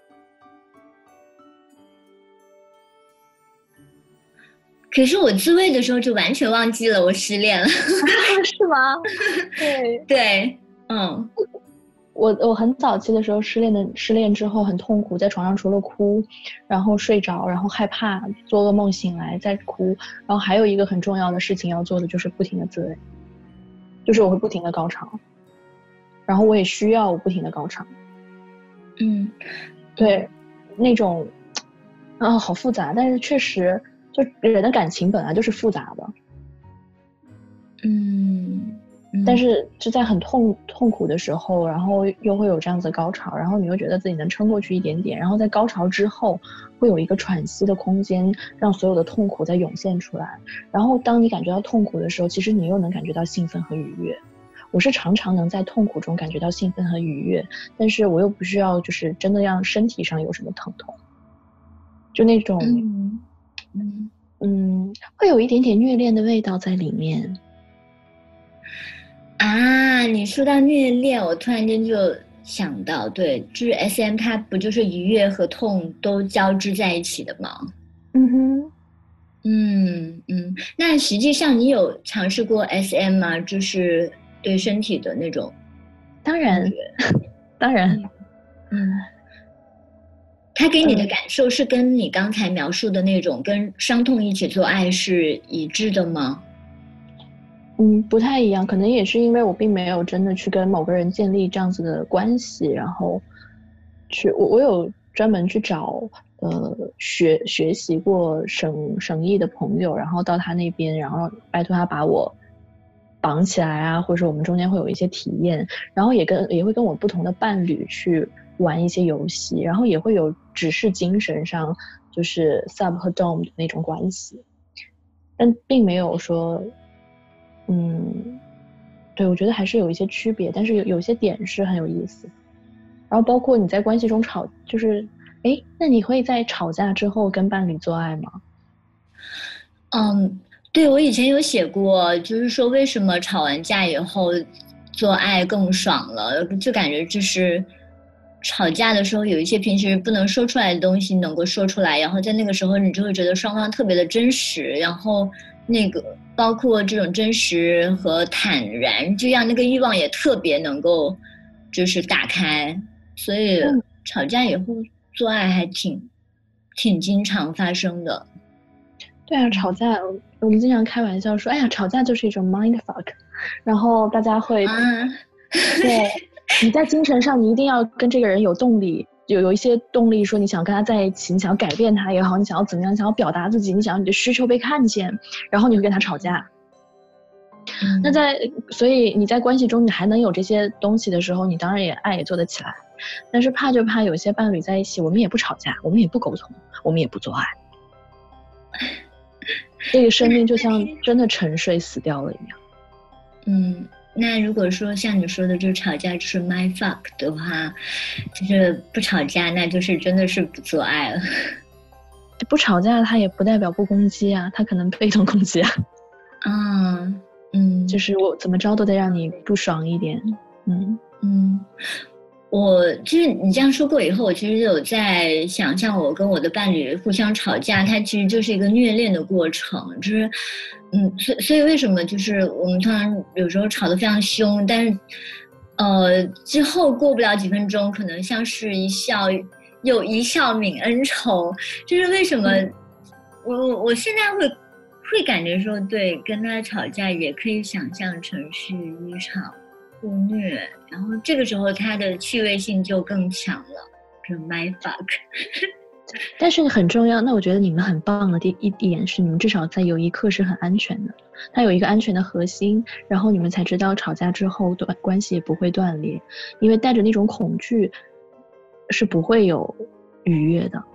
可是我自慰的时候就完全忘记了我失恋了。 是吗？对对，嗯， 我我很早期的时候失恋的失恋之后很痛苦，在床上除了哭，然后睡着，然后害怕，做噩梦醒来再哭，然后还有一个很重要的事情要做的就是不停的自慰，就是我会不停的高潮，然后我也需要我不停的高潮。 嗯， 对，那种啊好复杂，但是确实。就人的感情本来就是复杂的， 嗯，嗯但是是在很痛痛苦的时候，然后又会有这样子的高潮，然后你又觉得自己能撑过去一点点，然后在高潮之后会有一个喘息的空间，让所有的痛苦再涌现出来。然后当你感觉到痛苦的时候，其实你又能感觉到兴奋和愉悦。我是常常能在痛苦中感觉到兴奋和愉悦，但是我又不需要就是真的让身体上有什么疼痛，就那种。 嗯嗯嗯，会有一点点虐恋的味道在里面。 啊，你说到虐恋，我突然间就想到，对，就是 S M 它不就是愉悦和痛都交织在一起的吗？ 嗯哼， 嗯嗯，那实际上你有尝试过 S M 吗？就是对身体的那种？ 当然，当然， 嗯。他给你的感受是跟你刚才描述的那种跟伤痛一起做爱是一致的吗？ 嗯，不太一样，可能也是因为我并没有真的去跟某个人建立这样子的关系，然后去我我有专门去找呃学学习过省省艺的朋友，然后到他那边，然后拜托他把我绑起来啊，或者我们中间会有一些体验，然后也跟也会跟我不同的伴侣去玩一些游戏，然后也会有只是精神上就是 sub 和 dom 的那种关系，但并没有说嗯对，我觉得还是有一些区别，但是有有些点是很有意思。 然后包括你在关系中吵，就是哎，那你会在吵架之后跟伴侣做爱吗？ 嗯，对，我以前有写过，就是说为什么吵完架以后做爱更爽了，就感觉就是吵架的时候有一些平时不能说出来的东西能够说出来，然后在那个时候你就会觉得双方特别的真实，然后那个包括这种真实和坦然，这样那个欲望也特别能够就是打开，所以吵架以后做爱还挺挺经常发生的。 对啊，吵架我们经常开玩笑说，哎呀，吵架就是一种 mind fuck， 然后大家会、 啊、 对，你在精神上你一定要跟这个人有动力，有有一些动力，说你想跟他在一起，你想要改变他也好，你想要怎么样，你想要表达自己，你想要你的需求被看见，然后你会跟他吵架。 嗯、 那在所以你在关系中你还能有这些东西的时候，你当然也爱也做得起来，但是怕就怕有些伴侣在一起，我们也不吵架，我们也不沟通，我们也不做爱，这个生命就像真的沉睡死掉了一样。 嗯，那如果说像你说的，就是吵架就是 my fuck 的话，就是不吵架，那就是真的是不做爱了。 不吵架，它也不代表不攻击啊，它可能被动攻击啊。 啊，嗯， 就是我怎么着都得让你不爽一点。嗯嗯，我就是你这样说过以后，我其实有在想象我跟我的伴侣互相吵架，它其实就是一个虐恋的过程，就是嗯，所以所以为什么就是我们通常有时候吵得非常凶，但是呃之后过不了几分钟，可能像是一笑又一笑泯恩仇，就是为什么我我我现在会会感觉说，对，跟他吵架也可以想象成是一场互虐，然后这个时候他的趣味性就更强了，就是 my fuck。 但是很重要，那我觉得你们很棒的第一点是，你们至少在有一刻是很安全的，它有一个安全的核心，然后你们才知道吵架之后断关系也不会断裂，因为带着那种恐惧是不会有愉悦的。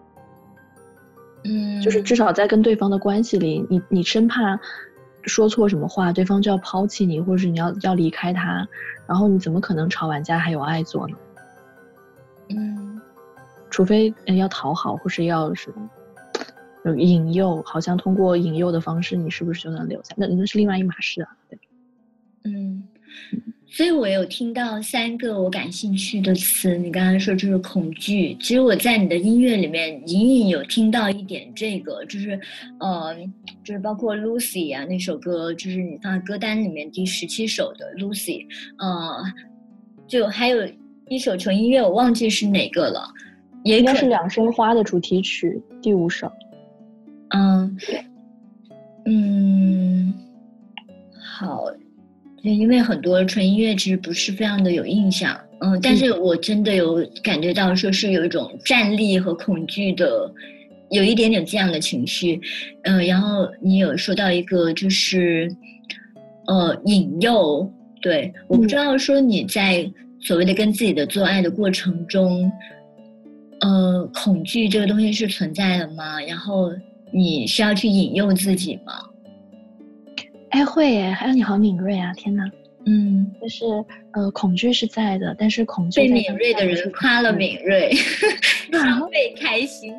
嗯， 就是至少在跟对方的关系里，你你生怕说错什么话，对方就要抛弃你，或者是你要要离开他，然后你怎么可能吵完架还有爱做呢？ 嗯， 除非要讨好，或是要是有引诱，好像通过引诱的方式，你是不是就能留下？那那是另外一码事啊。对， 嗯。所以我有听到三个我感兴趣的词，你刚才说就是恐惧，其实我在你的音乐里面隐隐有听到一点这个，就是呃就是包括 Lucy 啊那首歌，就是你放在歌单里面第十七首的 Lucy， 呃就还有一首纯音乐我忘记是哪个了，也应该是两生花的主题曲第五首。 嗯嗯，好，因为很多纯音乐其实不是非常的有印象，嗯，但是我真的有感觉到说是有一种战栗和恐惧的，有一点点这样的情绪，嗯，然后你有说到一个就是呃引诱，对，我不知道说你在所谓的跟自己的做爱的过程中，呃，恐惧这个东西是存在的吗？然后你是要去引诱自己吗？ 哎，会耶！哎，你好敏锐啊！天哪， 嗯， 就是呃，恐惧是在的，但是恐惧被敏锐的人夸了敏锐，双倍开心。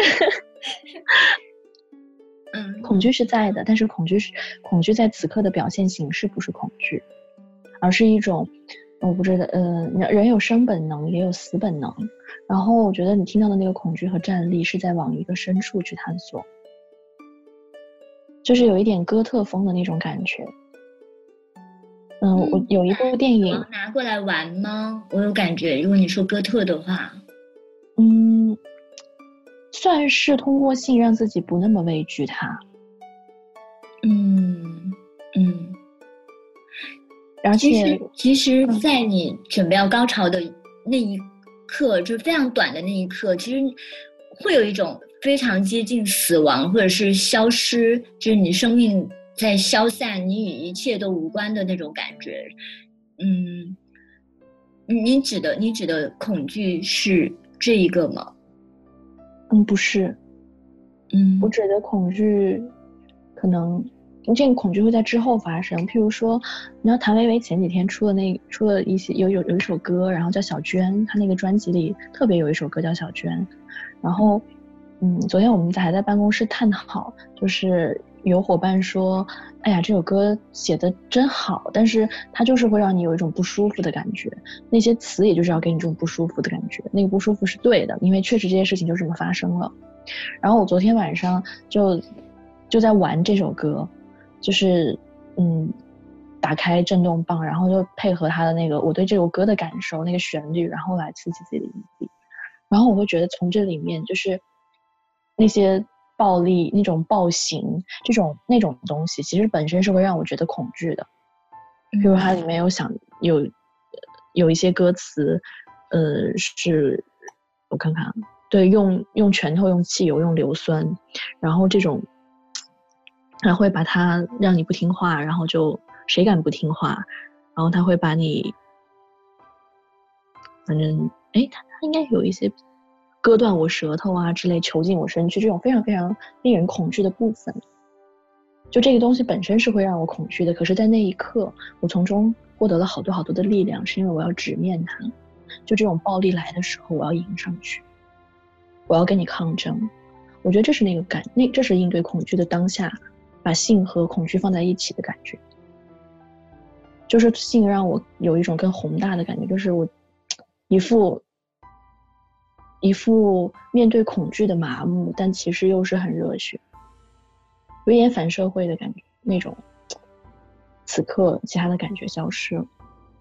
嗯， 恐惧是在的，但是恐惧是恐惧在此刻的表现形式不是恐惧，而是一种我不知道，呃，人有生本能，也有死本能。然后我觉得你听到的那个恐惧和战栗是在往一个深处去探索。就是有一点哥特风的那种感觉。嗯，我有一部电影拿过来玩吗？我有感觉，如果你说哥特的话， 嗯，算是通过性让自己不那么畏惧它。 嗯嗯， 而且其实在你准备要高潮的那一刻，就是非常短的那一刻，其实会有一种非常接近死亡或者是消失，就是你生命在消散，你与一切都无关的那种感觉。嗯，你指的你指的恐惧是这一个吗？ 嗯，不是。 嗯， 我指的恐惧可能这个恐惧会在之后发生。譬如说，你知道谭维维前几天出了那出了一些有有有一首歌，然后叫小娟，她那个专辑里特别有一首歌叫小娟。然后，嗯，昨天我们还在办公室探讨，就是有伙伴说，哎呀，这首歌写的真好，但是它就是会让你有一种不舒服的感觉，那些词也就是要给你这种不舒服的感觉，那个不舒服是对的，因为确实这些事情就这么发生了。然后我昨天晚上就就在玩这首歌，就是嗯，打开震动棒，然后就配合它的那个我对这首歌的感受，那个旋律，然后来刺激自己的眼睛。然后我会觉得从这里面就是那些暴力、那种暴行、这种那种东西，其实本身是会让我觉得恐惧的。比如它里面有想有有一些歌词，呃，是我看看，对，用用拳头、用汽油、用硫酸，然后这种，还会把它让你不听话，然后就谁敢不听话，然后他会把你，反正哎，他他应该有一些割断我舌头啊之类，囚禁我身躯，这种非常非常令人恐惧的部分。就这个东西本身是会让我恐惧的，可是在那一刻我从中获得了好多好多的力量，是因为我要直面它。就这种暴力来的时候，我要迎上去，我要跟你抗争。我觉得这是那个感，那这是应对恐惧的当下，把性和恐惧放在一起的感觉。就是性让我有一种更宏大的感觉，就是我一副一副面对恐惧的麻木，但其实又是很热血，有一点反社会的感觉，那种此刻其他的感觉消失了。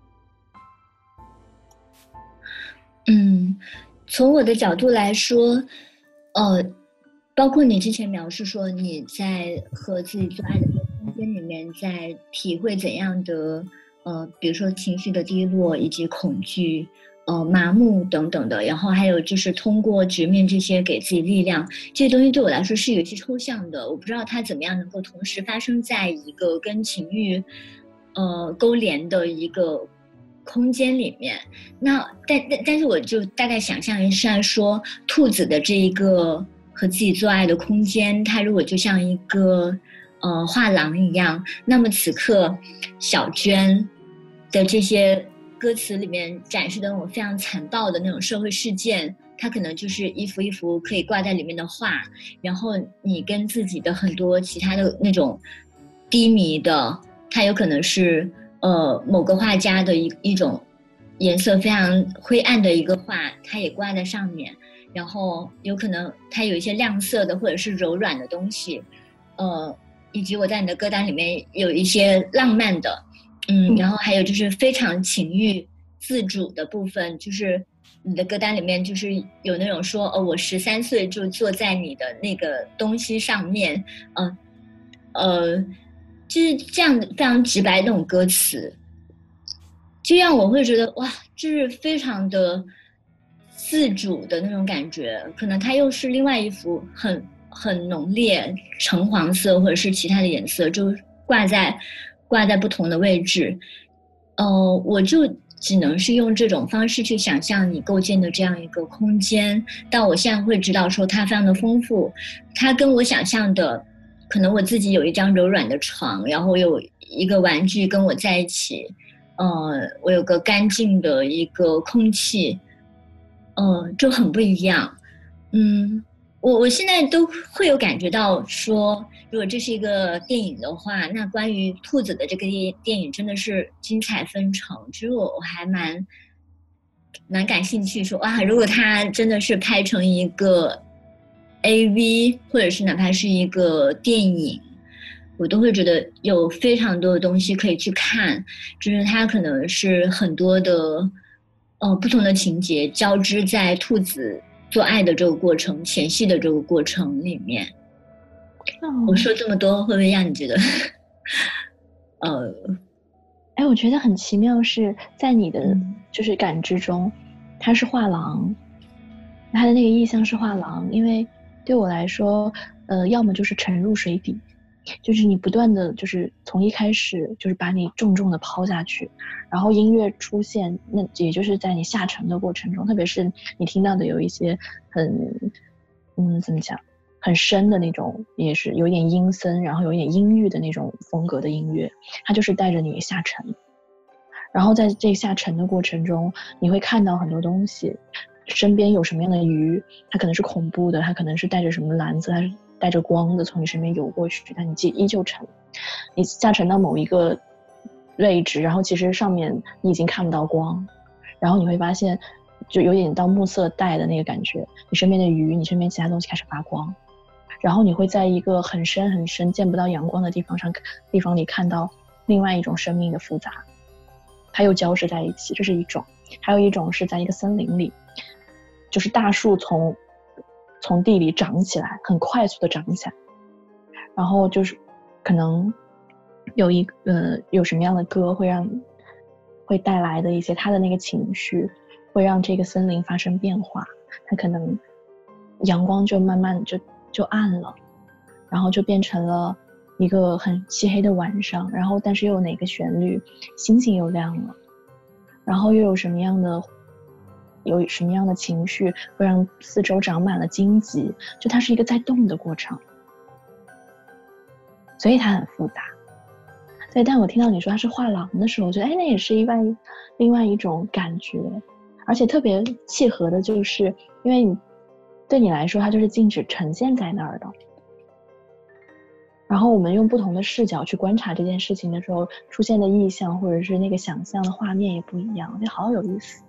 嗯，从我的角度来说，呃，包括你之前描述说你在和自己做爱的这个空间里面，在体会怎样的呃，比如说情绪的低落以及恐惧、呃麻木等等的，然后还有就是通过直面这些给自己力量，这些东西对我来说是有些抽象的，我不知道它怎么样能够同时发生在一个跟情欲呃勾连的一个空间里面。那但但但是我就大概想象一下说，兔子的这一个和自己做爱的空间，它如果就像一个呃画廊一样，那么此刻小娟的这些歌词里面展示的那种非常残暴的那种社会事件，它可能就是一幅一幅可以挂在里面的画，然后你跟自己的很多其他的那种低迷的，它有可能是呃某个画家的一一种颜色非常灰暗的一个画，它也挂在上面，然后有可能它有一些亮色的或者是柔软的东西，呃，以及我在你的歌单里面有一些浪漫的，嗯，然后还有就是非常情欲自主的部分，就是你的歌单里面就是有那种说，哦，我十三岁就坐在你的那个东西上面，嗯、呃，呃，就是这样非常直白的那种歌词，就让我会觉得哇，就是非常的自主的那种感觉。可能它又是另外一幅很很浓烈橙黄色或者是其他的颜色，就挂在挂在不同的位置。呃，我就只能是用这种方式去想象你构建的这样一个空间，但我现在会知道说它非常的丰富，它跟我想象的，可能我自己有一张柔软的床，然后我有一个玩具跟我在一起，呃，我有个干净的一个空气，呃，就很不一样。嗯，我我现在都会有感觉到说，如果这是一个电影的话，那关于兔子的这个电电影真的是精彩纷呈。其实我我还蛮蛮感兴趣说，哇，如果它真的是拍成一个 A V， 或者是哪怕是一个电影，我都会觉得有非常多的东西可以去看，就是它可能是很多的呃不同的情节交织在兔子做爱的这个过程、前戏的这个过程里面。哦、我说这么多会不会让你觉得呃哎，我觉得很奇妙，是在你的就是感知中，它是画廊，它的那个意象是画廊，因为对我来说，呃，要么就是沉入水底，就是你不断的就是从一开始就是把你重重的抛下去，然后音乐出现，那也就是在你下沉的过程中，特别是你听到的有一些很，嗯，怎么讲， 很深的那种，也是有点阴森，然后有点阴郁的那种风格的音乐，它就是带着你下沉。然后在这下沉的过程中，你会看到很多东西，身边有什么样的鱼，它可能是恐怖的，它可能是带着什么蓝色，它是带着光的从你身边游过去，但你依旧沉。你下沉到某一个位置，然后其实上面你已经看不到光，然后你会发现就有点到暮色带的那个感觉，你身边的鱼，你身边其他东西开始发光，然后你会在一个很深很深见不到阳光的地方上地方里看到另外一种生命的复杂，它又交织在一起，这是一种。还有一种是在一个森林里，就是大树从从地里长起来，很快速的长起来，然后就是可能有一呃有什么样的歌会让会带来的一些他的那个情绪，会让这个森林发生变化，它可能阳光就慢慢就就暗了，然后就变成了一个很漆黑的晚上，然后但是又有哪个旋律，星星又亮了，然后又有什么样的有什么样的情绪会让四周长满了荆棘，就它是一个在动的过程，所以它很复杂。所以但我听到你说它是画廊的时候，我觉得哎，那也是另外另外一种感觉，而且特别契合的就是因为你对你来说它就是静止呈现在那儿的，然后我们用不同的视角去观察这件事情的时候，出现的意象或者是那个想象的画面也不一样，我觉得好有意思。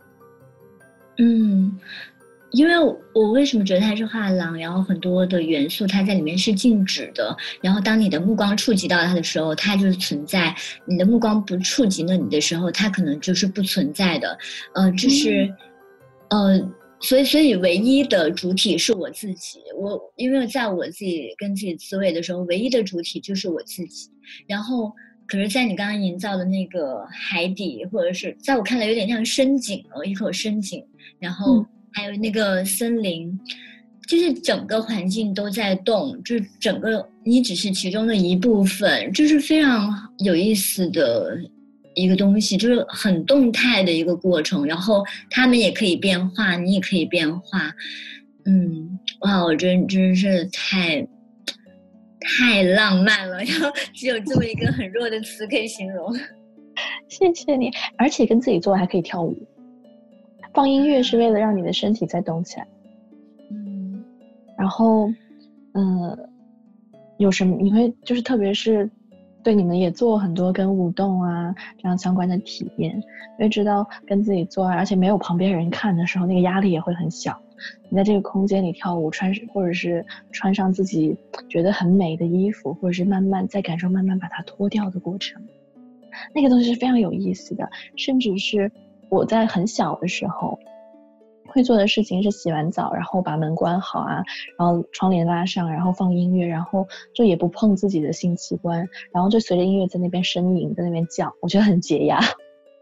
嗯，因为我为什么觉得它是画廊，然后很多的元素它在里面是静止的，然后当你的目光触及到它的时候，它就是存在；你的目光不触及了你的时候，它可能就是不存在的。呃，这是，嗯、呃。所以，所以唯一的主体是我自己。我因为在我自己跟自己自慰的时候，唯一的主体就是我自己。然后，可是，在你刚刚营造的那个海底，或者是在我看来有点像深井哦，一口深井。然后还有那个森林，嗯、就是整个环境都在动，就是整个你只是其中的一部分，这是非常有意思的一个东西，就是很动态的一个过程，然后他们也可以变化，你也可以变化。嗯，哇，我真真是太太浪漫了，然后只有这么一个很弱的词可以形容。 谢谢你，而且跟自己做还可以跳舞，放音乐是为了让你的身体再动起来。 嗯， 然后，呃，有什么你会就是特别是。对，你们也做很多跟舞动啊这样相关的体验，因为知道跟自己做爱，而且没有旁边人看的时候，那个压力也会很小。你在这个空间里跳舞，穿或者是穿上自己觉得很美的衣服，或者是慢慢再感受慢慢把它脱掉的过程，那个东西是非常有意思的。甚至是我在很小的时候会做的事情是洗完澡，然后把门关好啊，然后窗帘拉上，然后放音乐，然后就也不碰自己的性器官，然后就随着音乐在那边呻吟，在那边叫，我觉得很解压。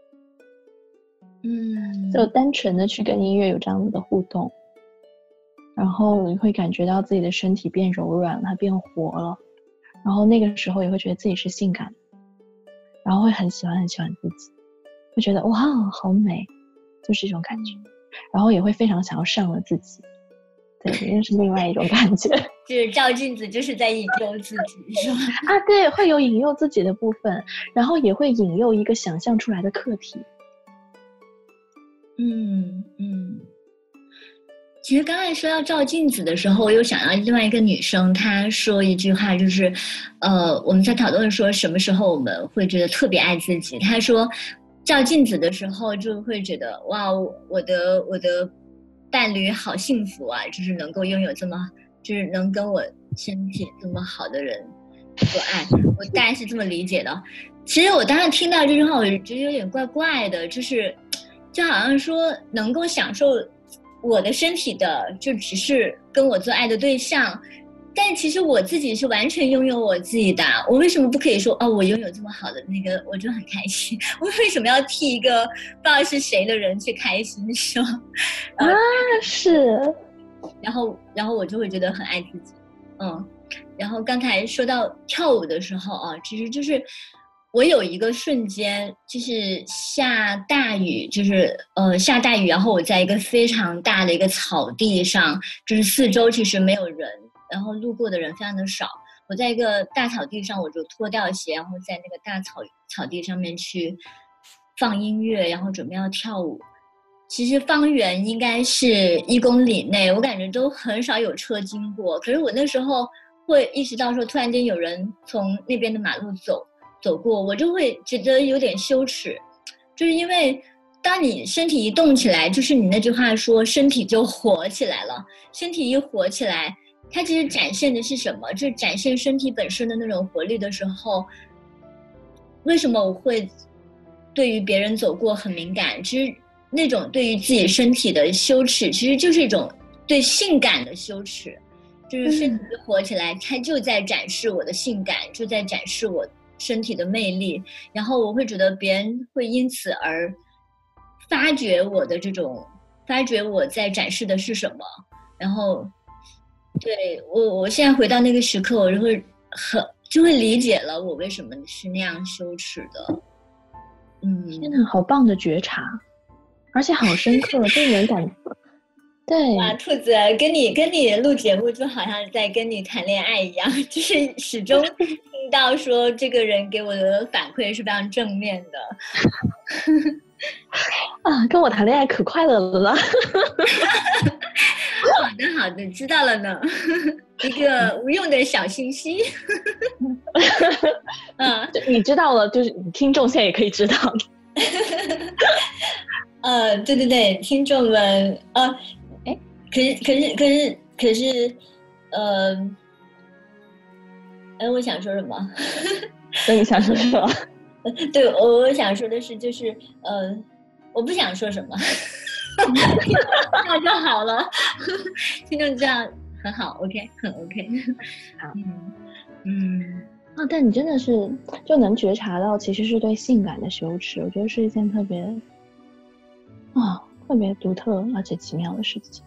嗯， 就单纯的去跟音乐有这样子的互动，然后你会感觉到自己的身体变柔软，它变活了，然后那个时候也会觉得自己是性感，然后会很喜欢很喜欢自己，会觉得哇好美，就是这种感觉。然后也会非常想要上了自己，对，这是另外一种感觉。 就是照镜子，就是在引诱自己，是吧？ 啊，对，会有引诱自己的部分，然后也会引诱一个想象出来的课题。 嗯嗯。其实刚才说到照镜子的时候，我又想到另外一个女生，她说一句话，就是，呃，我们在讨论说什么时候我们会觉得特别爱自己。她说。照镜子的时候就会觉得哇，我的我的伴侣好幸福啊，就是能够拥有这么就是能跟我身体这么好的人做爱，我大概是这么理解的。其实我当时听到这句话，我觉得有点怪怪的，就是就好像说能够享受我的身体的就只是跟我做爱的对象，但其实我自己是完全拥有我自己的，我为什么不可以说哦，我拥有这么好的那个，我就很开心？我为什么要替一个不知道是谁的人去开心，是吗？ 啊，是。 然后，然后我就会觉得很爱自己，嗯。然后刚才说到跳舞的时候啊，其实就是我有一个瞬间，就是下大雨，就是呃下大雨，然后我在一个非常大的一个草地上，就是四周其实没有人。 然后路过的人非常的少。我在一个大草地上，我就脱掉鞋，然后在那个大草草地上面去放音乐，然后准备要跳舞。其实方圆应该是一公里内，我感觉都很少有车经过。可是我那时候会意识到说，突然间有人从那边的马路走走过，我就会觉得有点羞耻，就是因为当你身体一动起来，就是你那句话说身体就活起来了，身体一活起来，它其实展现的是什么？就是展现身体本身的那种活力的时候，为什么我会对于别人走过很敏感？其实那种对于自己身体的羞耻，其实就是一种对性感的羞耻，就是身体活起来，它就在展示我的性感，就在展示我身体的魅力，然后我会觉得别人会因此而发掘我的这种，发掘我在展示的是什么，然后对我，我现在回到那个时刻，我就会很就会理解了我为什么是那样羞耻的。嗯， 天哪，好棒的觉察，而且好深刻，这人感对。 哇，兔子跟你跟你录节目就好像在跟你谈恋爱一样，就是始终听到说这个人给我的反馈是非常正面的。 啊，跟我談戀愛可快樂了啦！ 好的好的，知道了呢。一個無用的小信息。嗯， 你知道了，就是聽眾現在也可以知道。 呃，對對對，聽眾們，呃，哎，可是可是可是可是，呃，哎，我想說什麼？ 那你想說什麼？ 对，我我想说的是，就是呃，我不想说什么，这样就好了，听众这样很好 ，OK， 很 OK， 好， 嗯嗯， 啊，但你真的是就能觉察到，其实是对性感的羞耻，我觉得是一件特别啊特别独特而且奇妙的事情。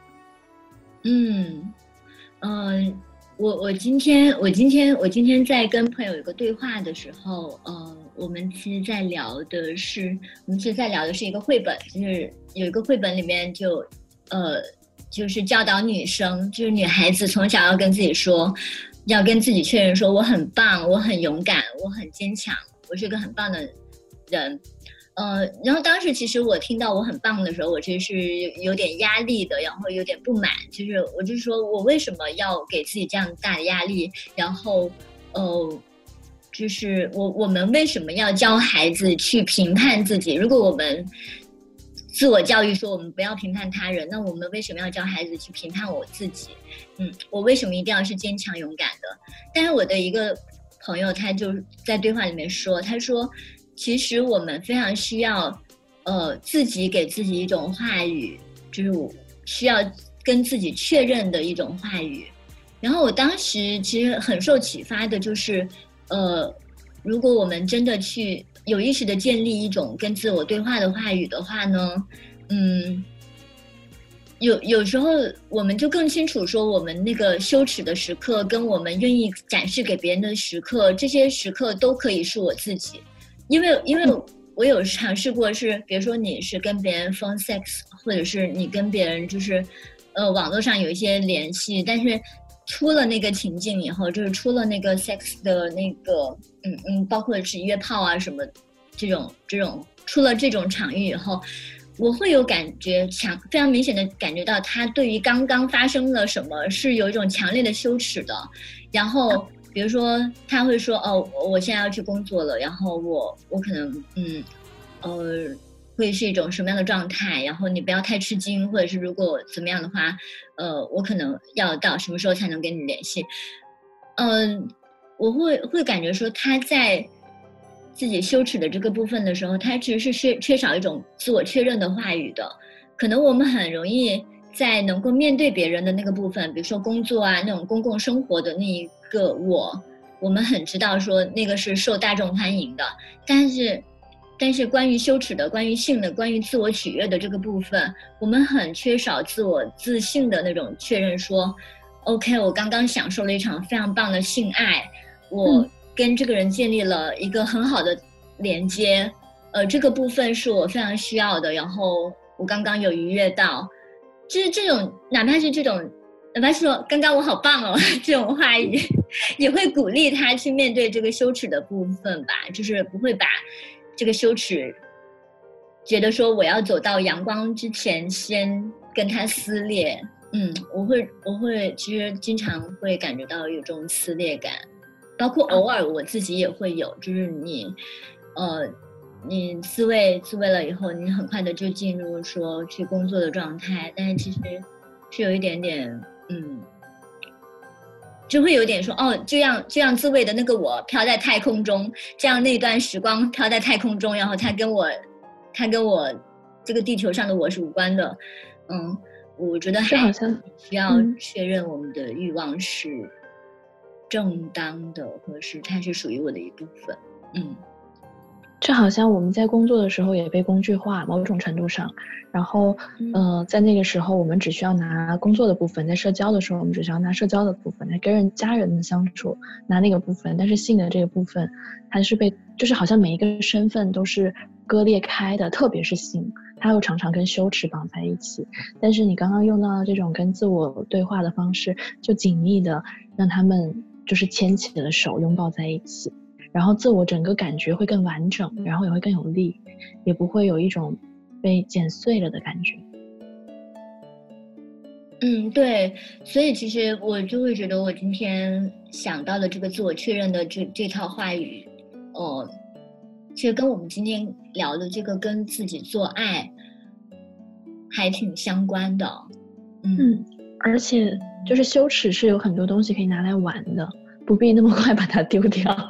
嗯嗯。呃我我今天我今天我今天在跟朋友有一个对话的时候，呃，我们其实在聊的是，我们其实在聊的是一个绘本，就是有一个绘本里面就，呃，就是教导女生，就是女孩子从小要跟自己说，要跟自己确认说我很棒，我很勇敢，我很坚强，我是一个很棒的人。呃，然后当时其实我听到我很棒的时候，我其实是有点压力的，然后有点不满，就是我就说我为什么要给自己这样大的压力，然后呃，就是我我们为什么要教孩子去评判自己？如果我们自我教育说我们不要评判他人，那我们为什么要教孩子去评判我自己？嗯，我为什么一定要是坚强勇敢的？但是我的一个朋友他就在对话里面说，他说其实我们非常需要呃自己给自己一种话语，就是我需要跟自己确认的一种话语。然后我当时其实很受启发的就是呃如果我们真的去有意识的建立一种跟自我对话的话语的话呢，嗯有有时候我们就更清楚说我们那个羞耻的时刻跟我们愿意展示给别人的时刻，这些时刻都可以是我自己。因为因为我有尝试过是，比如说你是跟别人 phone sex， 或者是你跟别人就是呃网络上有一些联系，但是出了那个情境以后，就是出了那个 sex 的那个嗯嗯，包括是约炮啊什么这种这种出了这种场域以后，我会有感觉强非常明显的感觉到他对于刚刚发生了什么是有一种强烈的羞耻的。然后比如说他会说哦我现在要去工作了，然后我我可能嗯呃会是一种什么样的状态，然后你不要太吃惊，或者是如果怎么样的话呃我可能要到什么时候才能跟你联系。嗯、呃、我会会感觉说他在自己羞耻的这个部分的时候，他其实是缺缺少一种自我确认的话语的。可能我们很容易在能够面对别人的那个部分，比如说工作啊那种公共生活的那一个我我们很知道说那个是受大众欢迎的，但是但是关于羞耻的，关于性的，关于自我取悦的这个部分，我们很缺少自我自信的那种确认说 OK 我刚刚享受了一场非常棒的性爱，我跟这个人建立了一个很好的连接，呃这个部分是我非常需要的，然后我刚刚有愉悦到，就是这种哪怕是这种哪怕说刚刚我好棒哦这种话语，也会鼓励他去面对这个羞耻的部分吧，就是不会把这个羞耻觉得说我要走到阳光之前先跟他撕裂。嗯，我会我会其实经常会感觉到有这种撕裂感，包括偶尔我自己也会有，就是你呃你自慰自慰了以后，你很快的就进入说去工作的状态，但是其实是有一点点嗯，就会有点说哦，这样这样自慰的那个我飘在太空中，这样那段时光飘在太空中，然后它跟我它跟我这个地球上的我是无关的。嗯，我觉得还好像需要确认我们的欲望是正当的，或者是它是属于我的一部分。嗯， 这好像我们在工作的时候也被工具化，某种程度上。然后，呃，在那个时候我们只需要拿工作的部分，在社交的时候我们只需要拿社交的部分，在跟人家人的相处拿那个部分，但是性的这个部分，它是被就是好像每一个身份都是割裂开的，特别是性，它又常常跟羞耻绑在一起。但是你刚刚用到的这种跟自我对话的方式，就紧密的让他们就是牵起了手，拥抱在一起。然后自我整个感觉会更完整，然后也会更有力，也不会有一种被剪碎了的感觉。 嗯，对，所以其实我就会觉得我今天想到的这个自我确认的这这套话语，呃，其实跟我们今天聊的这个跟自己做爱还挺相关的。嗯， 嗯，而且就是羞耻是有很多东西可以拿来玩的，不必那么快把它丢掉。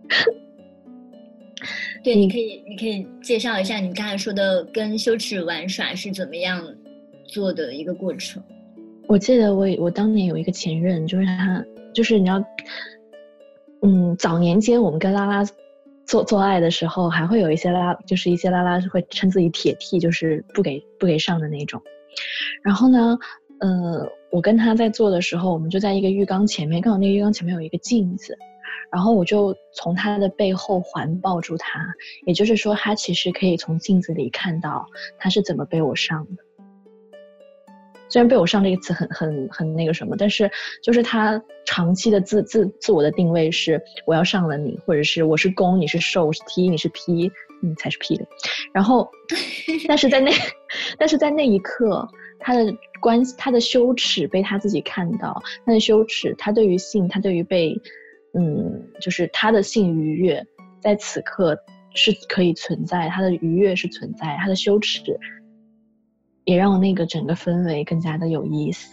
对，你可以你可以介绍一下你刚才说的跟羞耻玩耍是怎么样做的一个过程。 我记得我我当年有一个前任，就是他就是你要嗯早年间我们跟拉拉做做爱的时候，还会有一些拉就是一些拉拉会称自己铁 T， 就是不给不给上的那种。然后呢呃我跟他在做的时候，我们就在一个浴缸前面，刚好那个浴缸前面有一个镜子，然后我就从他的背后环抱住他，也就是说他其实可以从镜子里看到他是怎么被我上的。虽然被我上这个词很很很那个什么，但是就是他长期的自自自我的定位是我要上了你，或者是我是攻你是受，我是 T 你是 P， 你才是 P 的。然后但是在那但是在那一刻他的关系他的羞耻被他自己看到，他的羞耻，他对于性，他对于被嗯就是他的性愉悦在此刻是可以存在，他的愉悦是存在，他的羞耻也让那个整个氛围更加的有意思。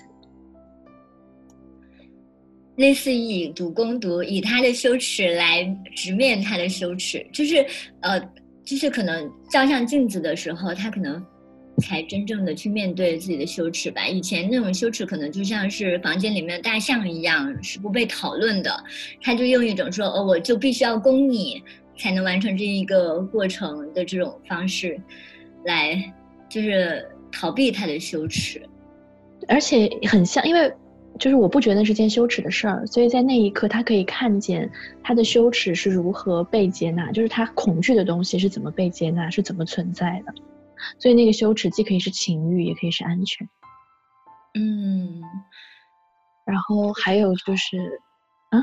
类似以毒攻毒，以他的羞耻来直面他的羞耻，就是呃，就是可能照向镜子的时候，他可能才真正的去面对自己的羞耻吧。以前那种羞耻可能就像是房间里面的大象一样，是不被讨论的。他就用一种说，哦，我就必须要攻你才能完成这一个过程的这种方式，来就是逃避他的羞耻。 而且很像，因为就是我不觉得是件羞耻的事儿，所以在那一刻他可以看见他的羞耻是如何被接纳，就是他恐惧的东西是怎么被接纳，是怎么存在的。所以那个羞耻既可以是情欲，也可以是安全。 嗯， 然后还有就是啊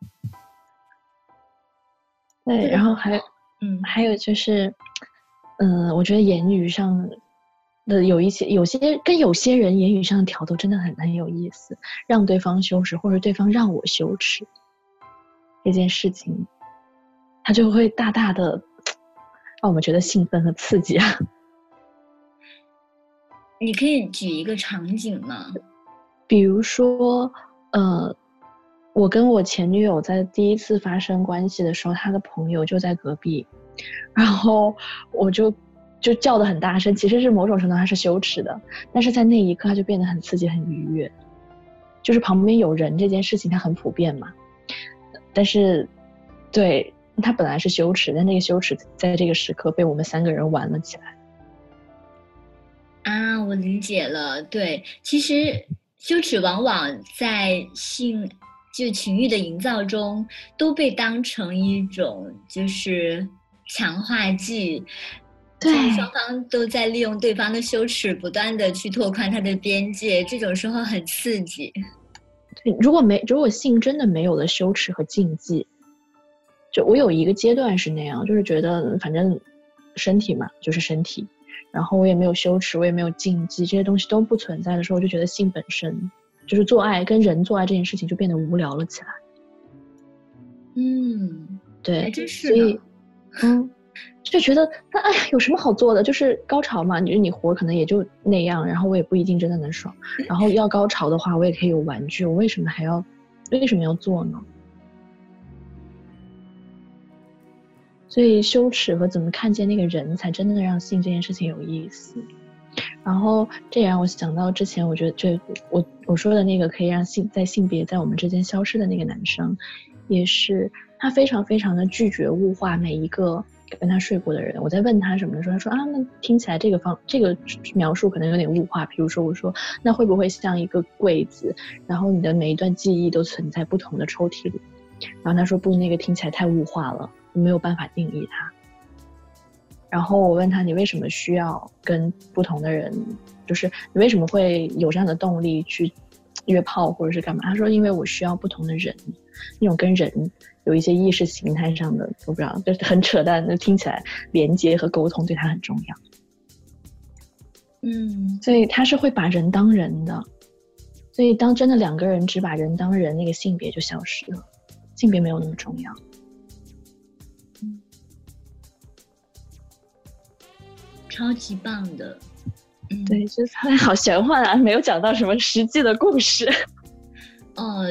对，然后还嗯还有就是嗯、呃、我觉得言语上的有一些有些跟有些人言语上的挑逗真的很很有意思，让对方羞耻或者对方让我羞耻这件事情，它就会大大的让我们觉得兴奋和刺激啊。 你可以举一个场景吗？ 比如说呃我跟我前女友在第一次发生关系的时候，她的朋友就在隔壁，然后我就就叫得很大声，其实是某种程度她是羞耻的，但是在那一刻她就变得很刺激很愉悦，就是旁边有人这件事情它很普遍嘛，但是对她本来是羞耻，但那个羞耻在这个时刻被我们三个人玩了起来。 啊，我理解了。对，其实羞耻往往在性就情欲的营造中都被当成一种就是强化剂， 对， 双方都在利用对方的羞耻，不断的去拓宽他的边界，这种时候很刺激。 如果没如果性真的没有了羞耻和禁忌，就我有一个阶段是那样，就是觉得反正身体嘛就是身体，然后我也没有羞耻，我也没有禁忌，这些东西都不存在的时候，我就觉得性本身就是做爱跟人做爱这件事情就变得无聊了起来。 嗯， 对， 还真是所以嗯就觉得那哎呀有什么好做的，就是高潮嘛，你你活可能也就那样，然后我也不一定真的能爽，然后要高潮的话我也可以有玩具，我为什么还要为什么要做呢？所以羞耻和怎么看见那个人才真的让性这件事情有意思。然后这也让我想到之前我觉得这我我说的那个可以让性在性别在我们之间消失的那个男生，也是他非常非常的拒绝物化每一个跟他睡过的人。我在问他什么的时候，他说啊，那听起来这个方这个描述可能有点物化。比如说我说那会不会像一个柜子，然后你的每一段记忆都存在不同的抽屉里？然后他说不，那个听起来太物化了，我没有办法定义它。然后我问他你为什么需要跟不同的人，就是你为什么会有这样的动力去约炮或者是干嘛？他说因为我需要不同的人，那种跟人有一些意识形态上的我不知道就是很扯淡的，听起来连接和沟通对他很重要。 嗯， 所以他是会把人当人的，所以当真的两个人只把人当人，那个性别就消失了，性别没有那么重要。 超级棒的。嗯， 对，就是他好玄幻啊，没有讲到什么实际的故事。 哦，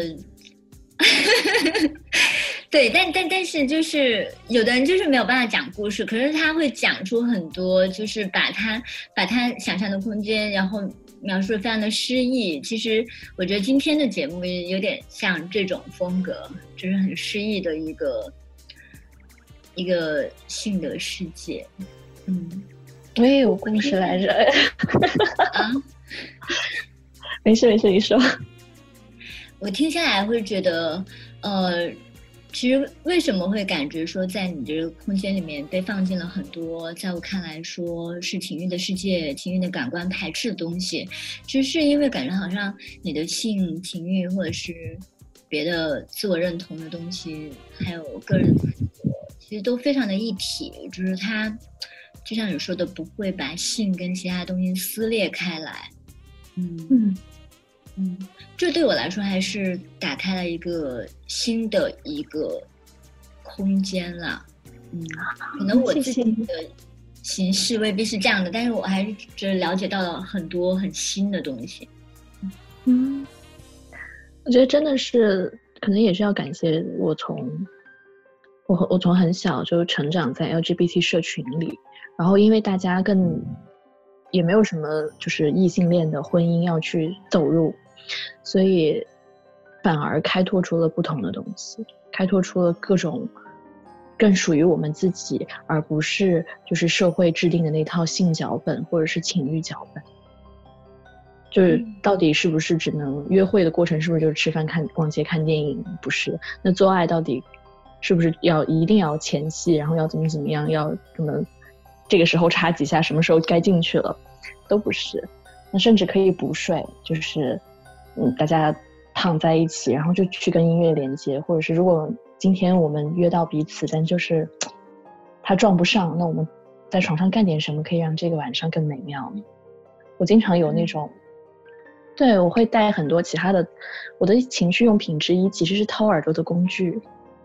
对，但但但是就是有的人就是没有办法讲故事，可是他会讲出很多，就是把他把他想象的空间，然后描述的非常的诗意。其实我觉得今天的节目有点像这种风格，就是很诗意的一个一个性的世界。嗯， 我也有故事来着。 啊， 没事没事，你说。 我听下来会觉得，呃，其实为什么会感觉说在你这个空间里面被放进了很多在我看来说是情欲的世界、情欲的感官排斥的东西，其实是因为感觉好像你的性、情欲或者是别的自我认同的东西，还有个人探索，其实都非常的一体，就是它就像你说的，不会把性跟其他东西撕裂开来。嗯嗯嗯，这对我来说还是打开了一个新的一个空间了。嗯，可能我自己的形式未必是这样的，但是我还是觉得了解到了很多很新的东西。 嗯，我觉得真的是，可能也是要感谢我从我我从很小就成长在 L G B T 社群里，然后因为大家更也没有什么就是异性恋的婚姻要去走入，所以反而开拓出了不同的东西，开拓出了各种更属于我们自己，而不是就是社会制定的那套性脚本或者是情欲脚本。就是到底是不是只能约会的过程，是不是就是吃饭看逛街看电影？不是。那做爱到底是不是要一定要前戏，然后要怎么怎么样，要什么这个时候插几下，什么时候该进去了，都不是。那甚至可以不睡，就是嗯，大家躺在一起，然后就去跟音乐连接，或者是如果今天我们约到彼此，但就是他撞不上，那我们在床上干点什么可以让这个晚上更美妙？我经常有那种。对，我会带很多其他的，我的情绪用品之一其实是掏耳朵的工具，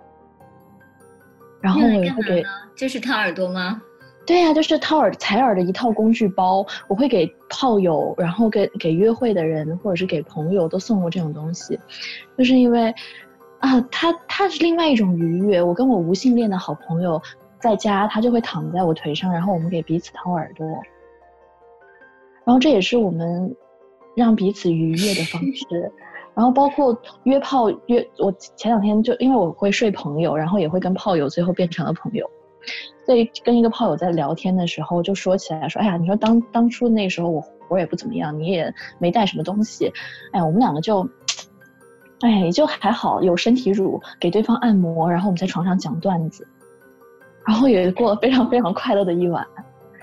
然后我也会给， 就是掏耳朵吗？ 对呀、啊，就是掏耳采耳的一套工具包，我会给炮友，然后给给约会的人或者是给朋友都送过这种东西，就是因为啊，它它是另外一种愉悦。我跟我无性恋的好朋友在家，他就会躺在我腿上，然后我们给彼此掏耳朵，然后这也是我们让彼此愉悦的方式。然后包括约炮约，我前两天就因为我会睡朋友，然后也会跟炮友最后变成了朋友，所以跟一个炮友在聊天的时候就说起来说，哎呀，你说当当初那时候我活也不怎么样，你也没带什么东西，哎呀，我们两个就哎就还好，有身体乳给对方按摩，然后我们在床上讲段子，然后也过了非常非常快乐的一晚。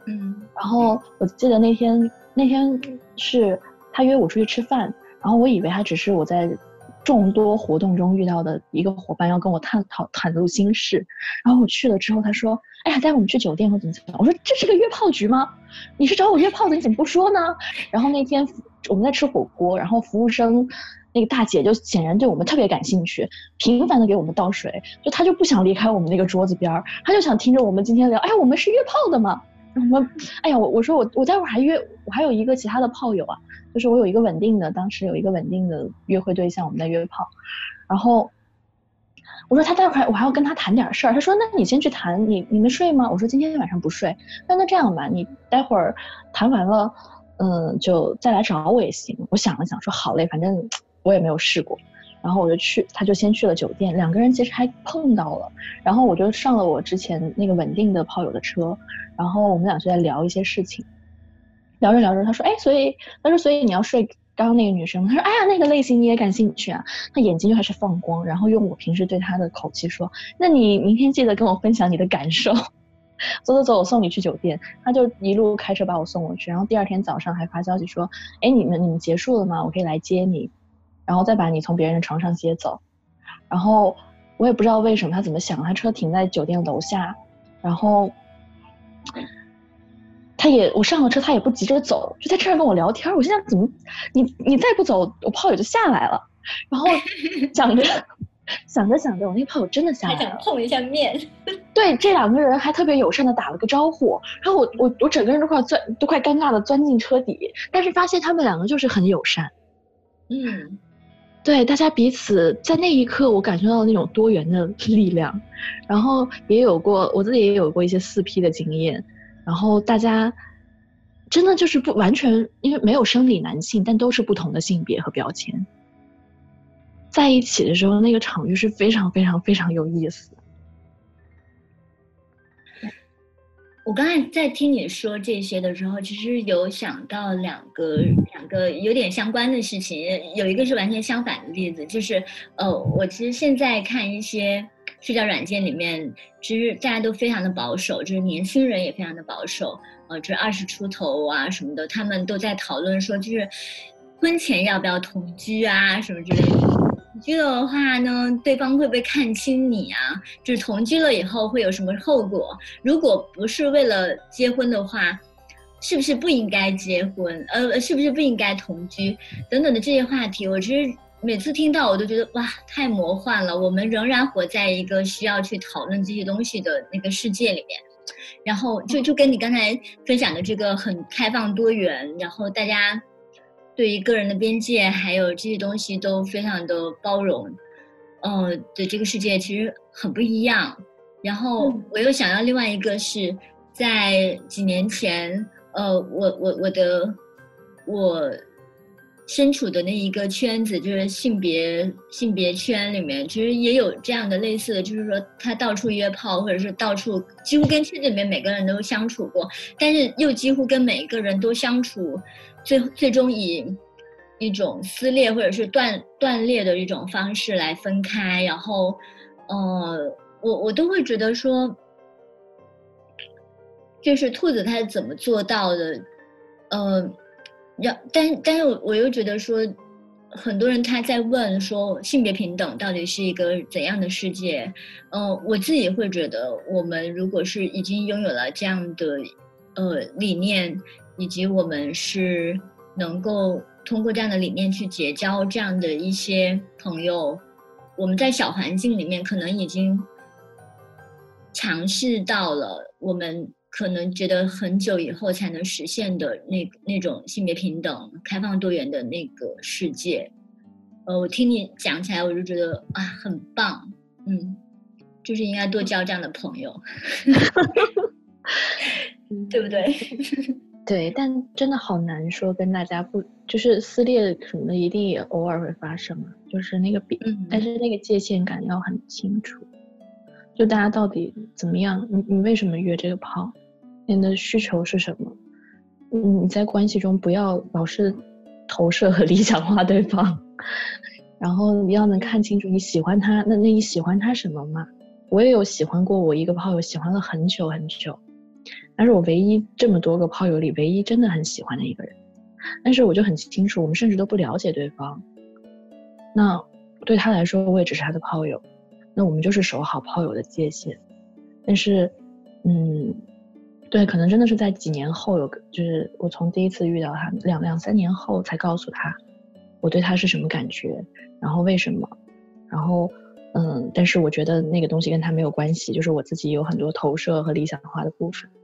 嗯， 然后我记得那天那天是他约我出去吃饭，然后我以为他只是我在众多活动中遇到的一个伙伴，要跟我探讨袒露心事。然后我去了之后，他说：“哎呀，带我们去酒店或怎么怎么样。”我说：“这是个约炮局吗？你是找我约炮的，你怎么不说呢？”然后那天我们在吃火锅，然后服务生那个大姐就显然对我们特别感兴趣，频繁的给我们倒水，就她就不想离开我们那个桌子边儿，她就想听着我们今天聊。哎呀，我们是约炮的吗？我们，哎呀，我我说我我待会儿还约，我还有一个其他的炮友啊，就是我有一个稳定的，当时有一个稳定的约会对象，我们在约炮，然后我说他待会儿我还要跟他谈点事儿，他说那你先去谈，你你们睡吗？我说今天晚上不睡，那那这样吧，你待会儿谈完了，嗯，就再来找我也行。我想了想说好嘞，反正我也没有试过。然后我就去，他就先去了酒店，两个人其实还碰到了，然后我就上了我之前那个稳定的炮友的车，然后我们俩就在聊一些事情，聊着聊着，他说，哎，所以他说，所以你要睡刚刚那个女生？他说，哎呀，那个类型你也感兴趣啊？他眼睛就开始放光，然后用我平时对他的口气说，那你明天记得跟我分享你的感受。走走走，我送你去酒店。他就一路开车把我送过去，然后第二天早上还发消息说，哎，你们你们结束了吗？我可以来接你。然后再把你从别人的床上接走。然后我也不知道为什么他怎么想，他车停在酒店楼下，然后他也我上了车，他也不急着走，就在这儿跟我聊天。我心想怎么你你再不走，我炮友就下来了。然后想着想着想着，我那个炮友真的下来了， 还想碰一下面。 对，这两个人还特别友善的打了个招呼，然后我我我整个人都快钻都快尴尬的钻进车底，但是发现他们两个就是很友善。 嗯。 对，大家彼此在那一刻我感受到那种多元的力量，然后也有过我自己也有过一些四 P 的经验，然后大家真的就是不完全因为没有生理男性，但都是不同的性别和标签，在一起的时候那个场域是非常非常非常有意思。 我刚才在听你说这些的时候，其实有想到两个两个有点相关的事情，有一个是完全相反的例子，就是呃，我其实现在看一些社交软件里面，其实大家都非常的保守，就是年轻人也非常的保守，呃，就是二十出头啊什么的，他们都在讨论说，就是婚前要不要同居啊什么之类的。同居的话呢，对方会不会看清你啊？就是同居了以后会有什么后果？如果不是为了结婚的话，是不是不应该结婚？呃，是不是不应该同居？等等的这些话题，我其实每次听到我都觉得哇，太魔幻了。我们仍然活在一个需要去讨论这些东西的那个世界里面。然后就就跟你刚才分享的这个很开放多元，然后大家对于个人的边界还有这些东西都非常的包容，呃的这个世界其实很不一样。然后我又想到另外一个是在几年前，呃，我我我的我身处的那一个圈子，就是性别性别圈里面，其实也有这样的类似的，就是说他到处约炮，或者是到处几乎跟圈子里面每个人都相处过，但是又几乎跟每个人都相处。最最终以一种撕裂或者是断断裂的一种方式来分开，然后，呃，我我都会觉得说，就是兔子它是怎么做到的，呃，让但但是我又觉得说，很多人他在问说性别平等到底是一个怎样的世界，呃，我自己会觉得，我们如果是已经拥有了这样的呃理念。以及我们是能够通过这样的理念去结交这样的一些朋友，我们在小环境里面可能已经尝试到了我们可能觉得很久以后才能实现的那那种性别平等、开放多元的那个世界。呃，我听你讲起来，我就觉得啊，很棒，嗯，就是应该多交这样的朋友，对不对？ 对，但真的好难说跟大家不就是撕裂什么的，一定也偶尔会发生啊。就是那个比、嗯，但是那个界限感要很清楚。就大家到底怎么样？你你为什么约这个炮？你的需求是什么？嗯，你在关系中不要老是投射和理想化对方，然后你要能看清楚你喜欢他，那那你喜欢他什么嘛？我也有喜欢过我一个炮友，喜欢了很久很久。 他是我唯一这么多个炮友里唯一真的很喜欢的一个人。但是我就很清楚，我们甚至都不了解对方。那对他来说，我也只是他的炮友。那我们就是守好炮友的界限。但是，嗯，对，可能真的是在几年后有，就是我从第一次遇到他两两三年后才告诉他，我对他是什么感觉，然后为什么，然后，嗯，但是我觉得那个东西跟他没有关系，就是我自己有很多投射和理想化的部分。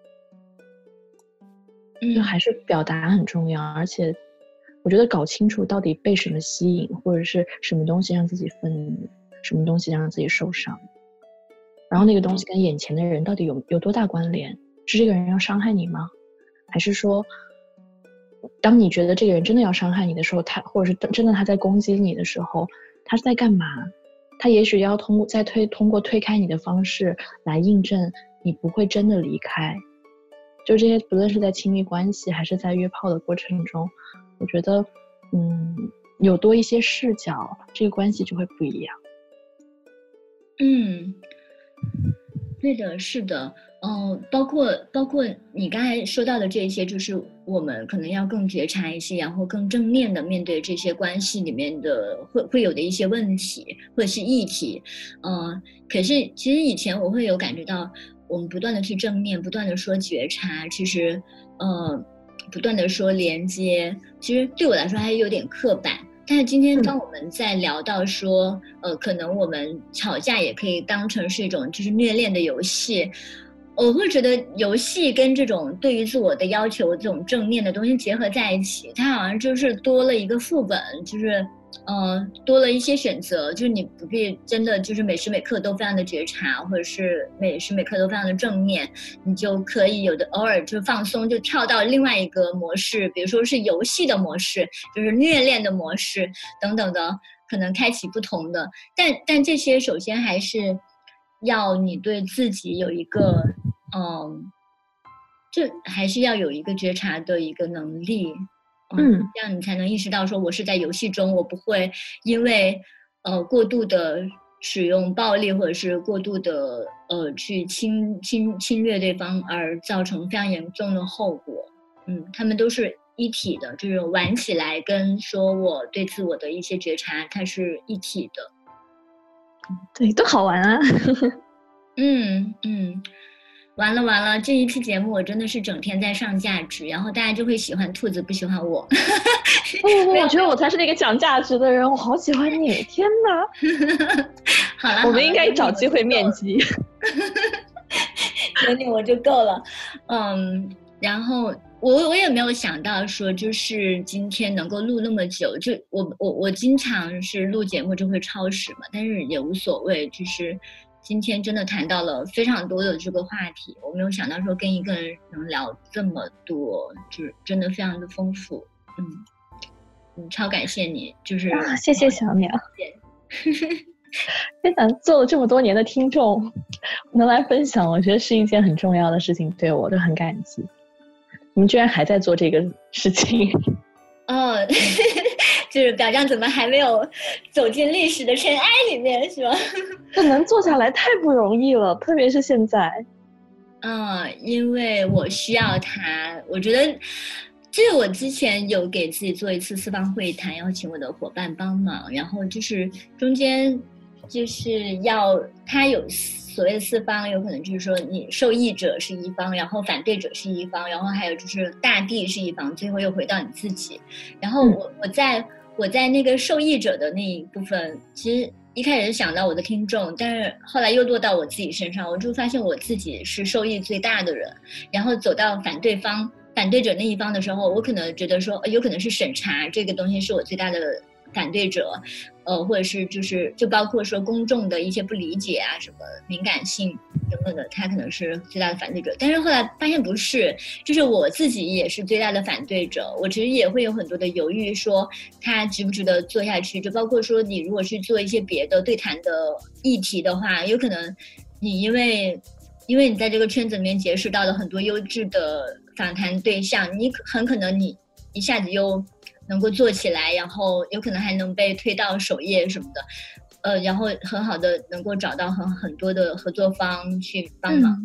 就还是表达很重要，而且我觉得搞清楚到底被什么吸引，或者是什么东西让自己愤怒，什么东西让自己受伤，然后那个东西跟眼前的人到底有有多大关联？是这个人要伤害你吗？还是说，当你觉得这个人真的要伤害你的时候，他或者是真的他在攻击你的时候，他是在干嘛？他也许要通过再推通过推开你的方式来印证你不会真的离开。就这些，不论是在亲密关系还是在约炮的过程中，我觉得，嗯，有多一些视角，这个关系就会不一样。 嗯，对的，是的，嗯、呃，包括包括你刚才说到的这些，就是我们可能要更觉察一些，然后更正面的面对这些关系里面的会会有的一些问题或者是议题，嗯、呃，可是其实以前我会有感觉到。我们不断的去正面，不断的说觉察，其实，呃，不断的说连接，其实对我来说还有点刻板。但是今天当我们在聊到说，呃，可能我们吵架也可以当成是一种就是虐恋的游戏，我会觉得游戏跟这种对于自我的要求这种正面的东西结合在一起，它好像就是多了一个副本，就是。呃，多了一些选择，就是你不必真的就是每时每刻都非常的觉察，或者是每时每刻都非常的正面，你就可以有的偶尔就放松，就跳到另外一个模式，比如说是游戏的模式，就是虐恋的模式等等的，可能开启不同的。但但这些首先还是要你对自己有一个，嗯，这还是要有一个觉察的一个能力。嗯，这样你才能意识到说我是在游戏中，我不会因为呃过度的使用暴力或者是过度的呃去侵侵侵略对方而造成非常严重的后果。嗯，他们都是一体的，这种玩起来跟说我对自我的一些觉察，它是一体的。 对，都好玩啊。嗯嗯。完了完了，这一期节目我真的是整天在上价值，然后大家就会喜欢兔子，不喜欢我。 不不，我觉得我才是那个讲价值的人，我好喜欢你，天哪！ 好了， 我们应该找机会面基。 有你我就够了，嗯，然后我我也没有想到说，就是今天能够录那么久，就我我我经常是录节目就会超时嘛，但是也无所谓，就是。今天真的谈到了非常多的这个话题，我没有想到说跟一个人能聊这么多，就是真的非常的丰富。嗯，嗯，超感谢你，就是啊，谢谢小鸟。真的做了这么多年的听众，能来分享，我觉得是一件很重要的事情，对我都很感激。你们居然还在做这个事情。 哦，就是表酱怎么还没有走进历史的尘埃里面，是吧？ 这能做下来太不容易了，特别是现在。 嗯，因为我需要它，我觉得这个我之前有给自己做一次四方会谈，邀请我的伙伴帮忙，然后就是中间就是要他有所谓的四方，有可能就是说你受益者是一方，然后反对者是一方，然后还有就是大地是一方，最后又回到你自己。然后我我在我在那个受益者的那一部分，其实一开始是想到我的听众，但是后来又落到我自己身上，我就发现我自己是受益最大的人。然后走到反对方反对者那一方的时候，我可能觉得说有可能是审查这个东西是我最大的反对者，呃，或者是就是就包括说公众的一些不理解啊，什么敏感性等等的，他可能是最大的反对者。但是后来发现不是，就是我自己也是最大的反对者。我其实也会有很多的犹豫，说他值不值得做下去。就包括说你如果去做一些别的对谈的议题的话，有可能你因为因为你在这个圈子里面结识到了很多优质的访谈对象，你很可能你一下子又能够做起来，然后有可能还能被推到首页什么的，呃，然后很好的能够找到很很多的合作方去帮忙。嗯、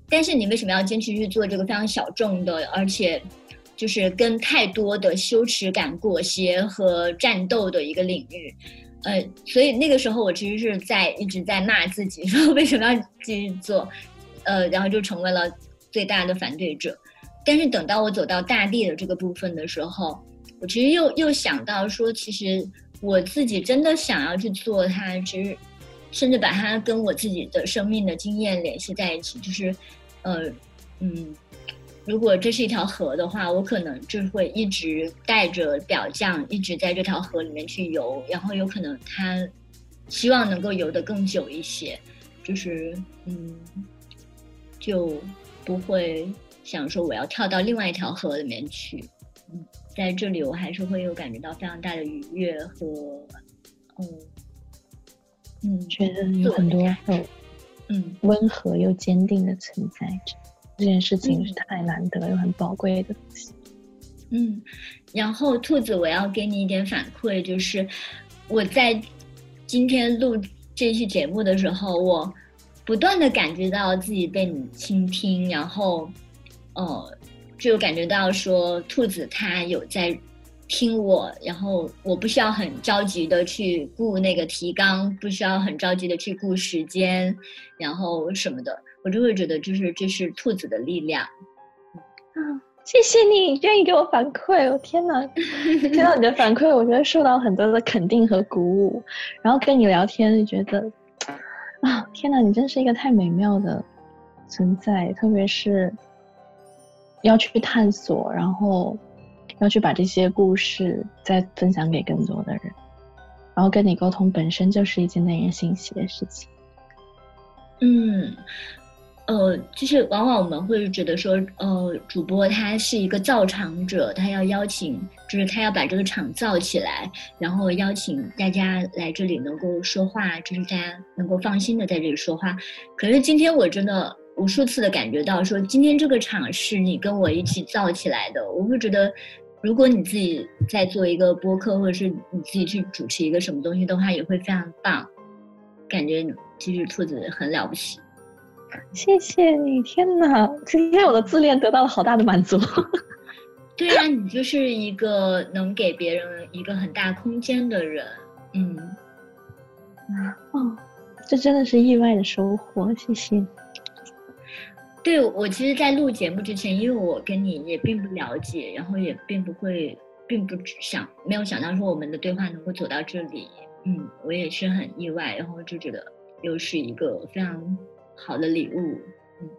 但是你为什么要坚持去做这个非常小众的，而且就是跟太多的羞耻感裹挟和战斗的一个领域？呃，所以那个时候我其实是在一直在骂自己，说为什么要继续做，呃，然后就成为了最大的反对者。但是等到我走到大地的这个部分的时候，我其实又又想到说，其实我自己真的想要去做它，其实甚至把它跟我自己的生命的经验联系在一起，就是呃嗯。如果这是一条河的话，我可能就会一直带着表匠一直在这条河里面去游，然后有可能他希望能够游得更久一些，就是嗯，就不会想说我要跳到另外一条河里面去。嗯，在这里我还是会有感觉到非常大的愉悦和嗯嗯， 觉得有很多很嗯温和又坚定的存在着。这件事情是太难得又很宝贵的东西。 嗯，然后兔子，我要给你一点反馈，就是我在今天录这期节目的时候，我不断的感觉到自己被你倾听，然后呃，就感觉到说兔子它有在听我，然后我不需要很着急的去顾那个提纲，不需要很着急的去顾时间，然后什么的。我就会觉得就是这是兔子的力量。 啊，谢谢你愿意给我反馈，我天哪，听到你的反馈我觉得受到很多的肯定和鼓舞，然后跟你聊天就觉得啊，天哪，你真是一个太美妙的存在，特别是要去探索，然后要去把这些故事再分享给更多的人，然后跟你沟通本身就是一件耐人欣喜的事情。 嗯呃，就是往往我们会觉得说，呃，主播他是一个造场者，他要邀请，就是他要把这个场造起来，然后邀请大家来这里能够说话，就是大家能够放心的在这里说话。可是今天我真的无数次的感觉到说，今天这个场是你跟我一起造起来的。我会觉得，如果你自己在做一个播客，或者是你自己去主持一个什么东西的话，也会非常棒。感觉其实兔子很了不起。 谢谢你，天哪！今天我的自恋得到了好大的满足。 对啊，你就是一个能给别人一个很大空间的人。嗯， 哦，这真的是意外的收获，谢谢。 对，我其实在录节目之前，因为我跟你也并不了解，然后也并不会并不想没有想到说我们的对话能够走到这里。嗯，我也是很意外，然后就觉得又是一个非常好的礼物。嗯，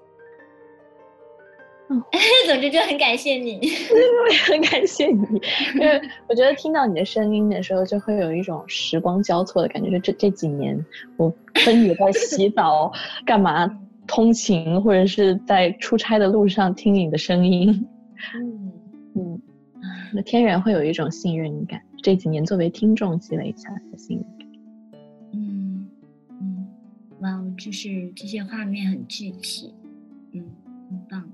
哦、 总之就很感谢你。 我也很感谢你，因为我觉得听到你的声音的时候，就会有一种时光交错的感觉。就这这几年，我分别在洗澡、干嘛、通勤，或者是在出差的路上听你的声音。 嗯嗯，那天然会有一种信任感。这几年作为听众积累下来的信任感。 嗯嗯，哇，就是这些画面很具体，嗯，很棒。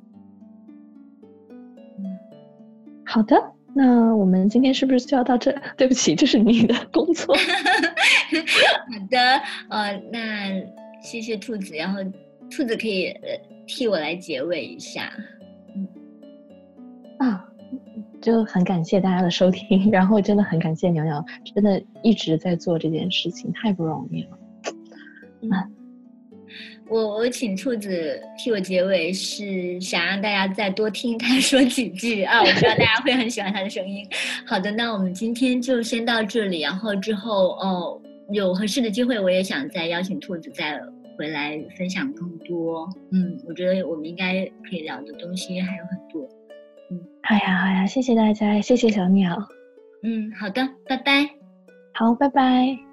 嗯， 好的，那我们今天是不是就要到这？对不起，这是你的工作。 好的，呃，那谢谢兔子，然后兔子可以呃替我来结尾一下。嗯，啊。 就很感谢大家的收听，然后真的很感谢鸟鸟，真的一直在做这件事情，太不容易了。 嗯，我我请兔子替我结尾，是想让大家再多听他说几句啊，我知道大家会很喜欢他的声音。好的，那我们今天就先到这里，然后之后哦有合适的机会，我也想再邀请兔子再回来分享更多。嗯，我觉得我们应该可以聊的东西还有很多。 嗯，好呀好呀，谢谢大家，谢谢小鸟。 嗯，好的，拜拜。 好，拜拜。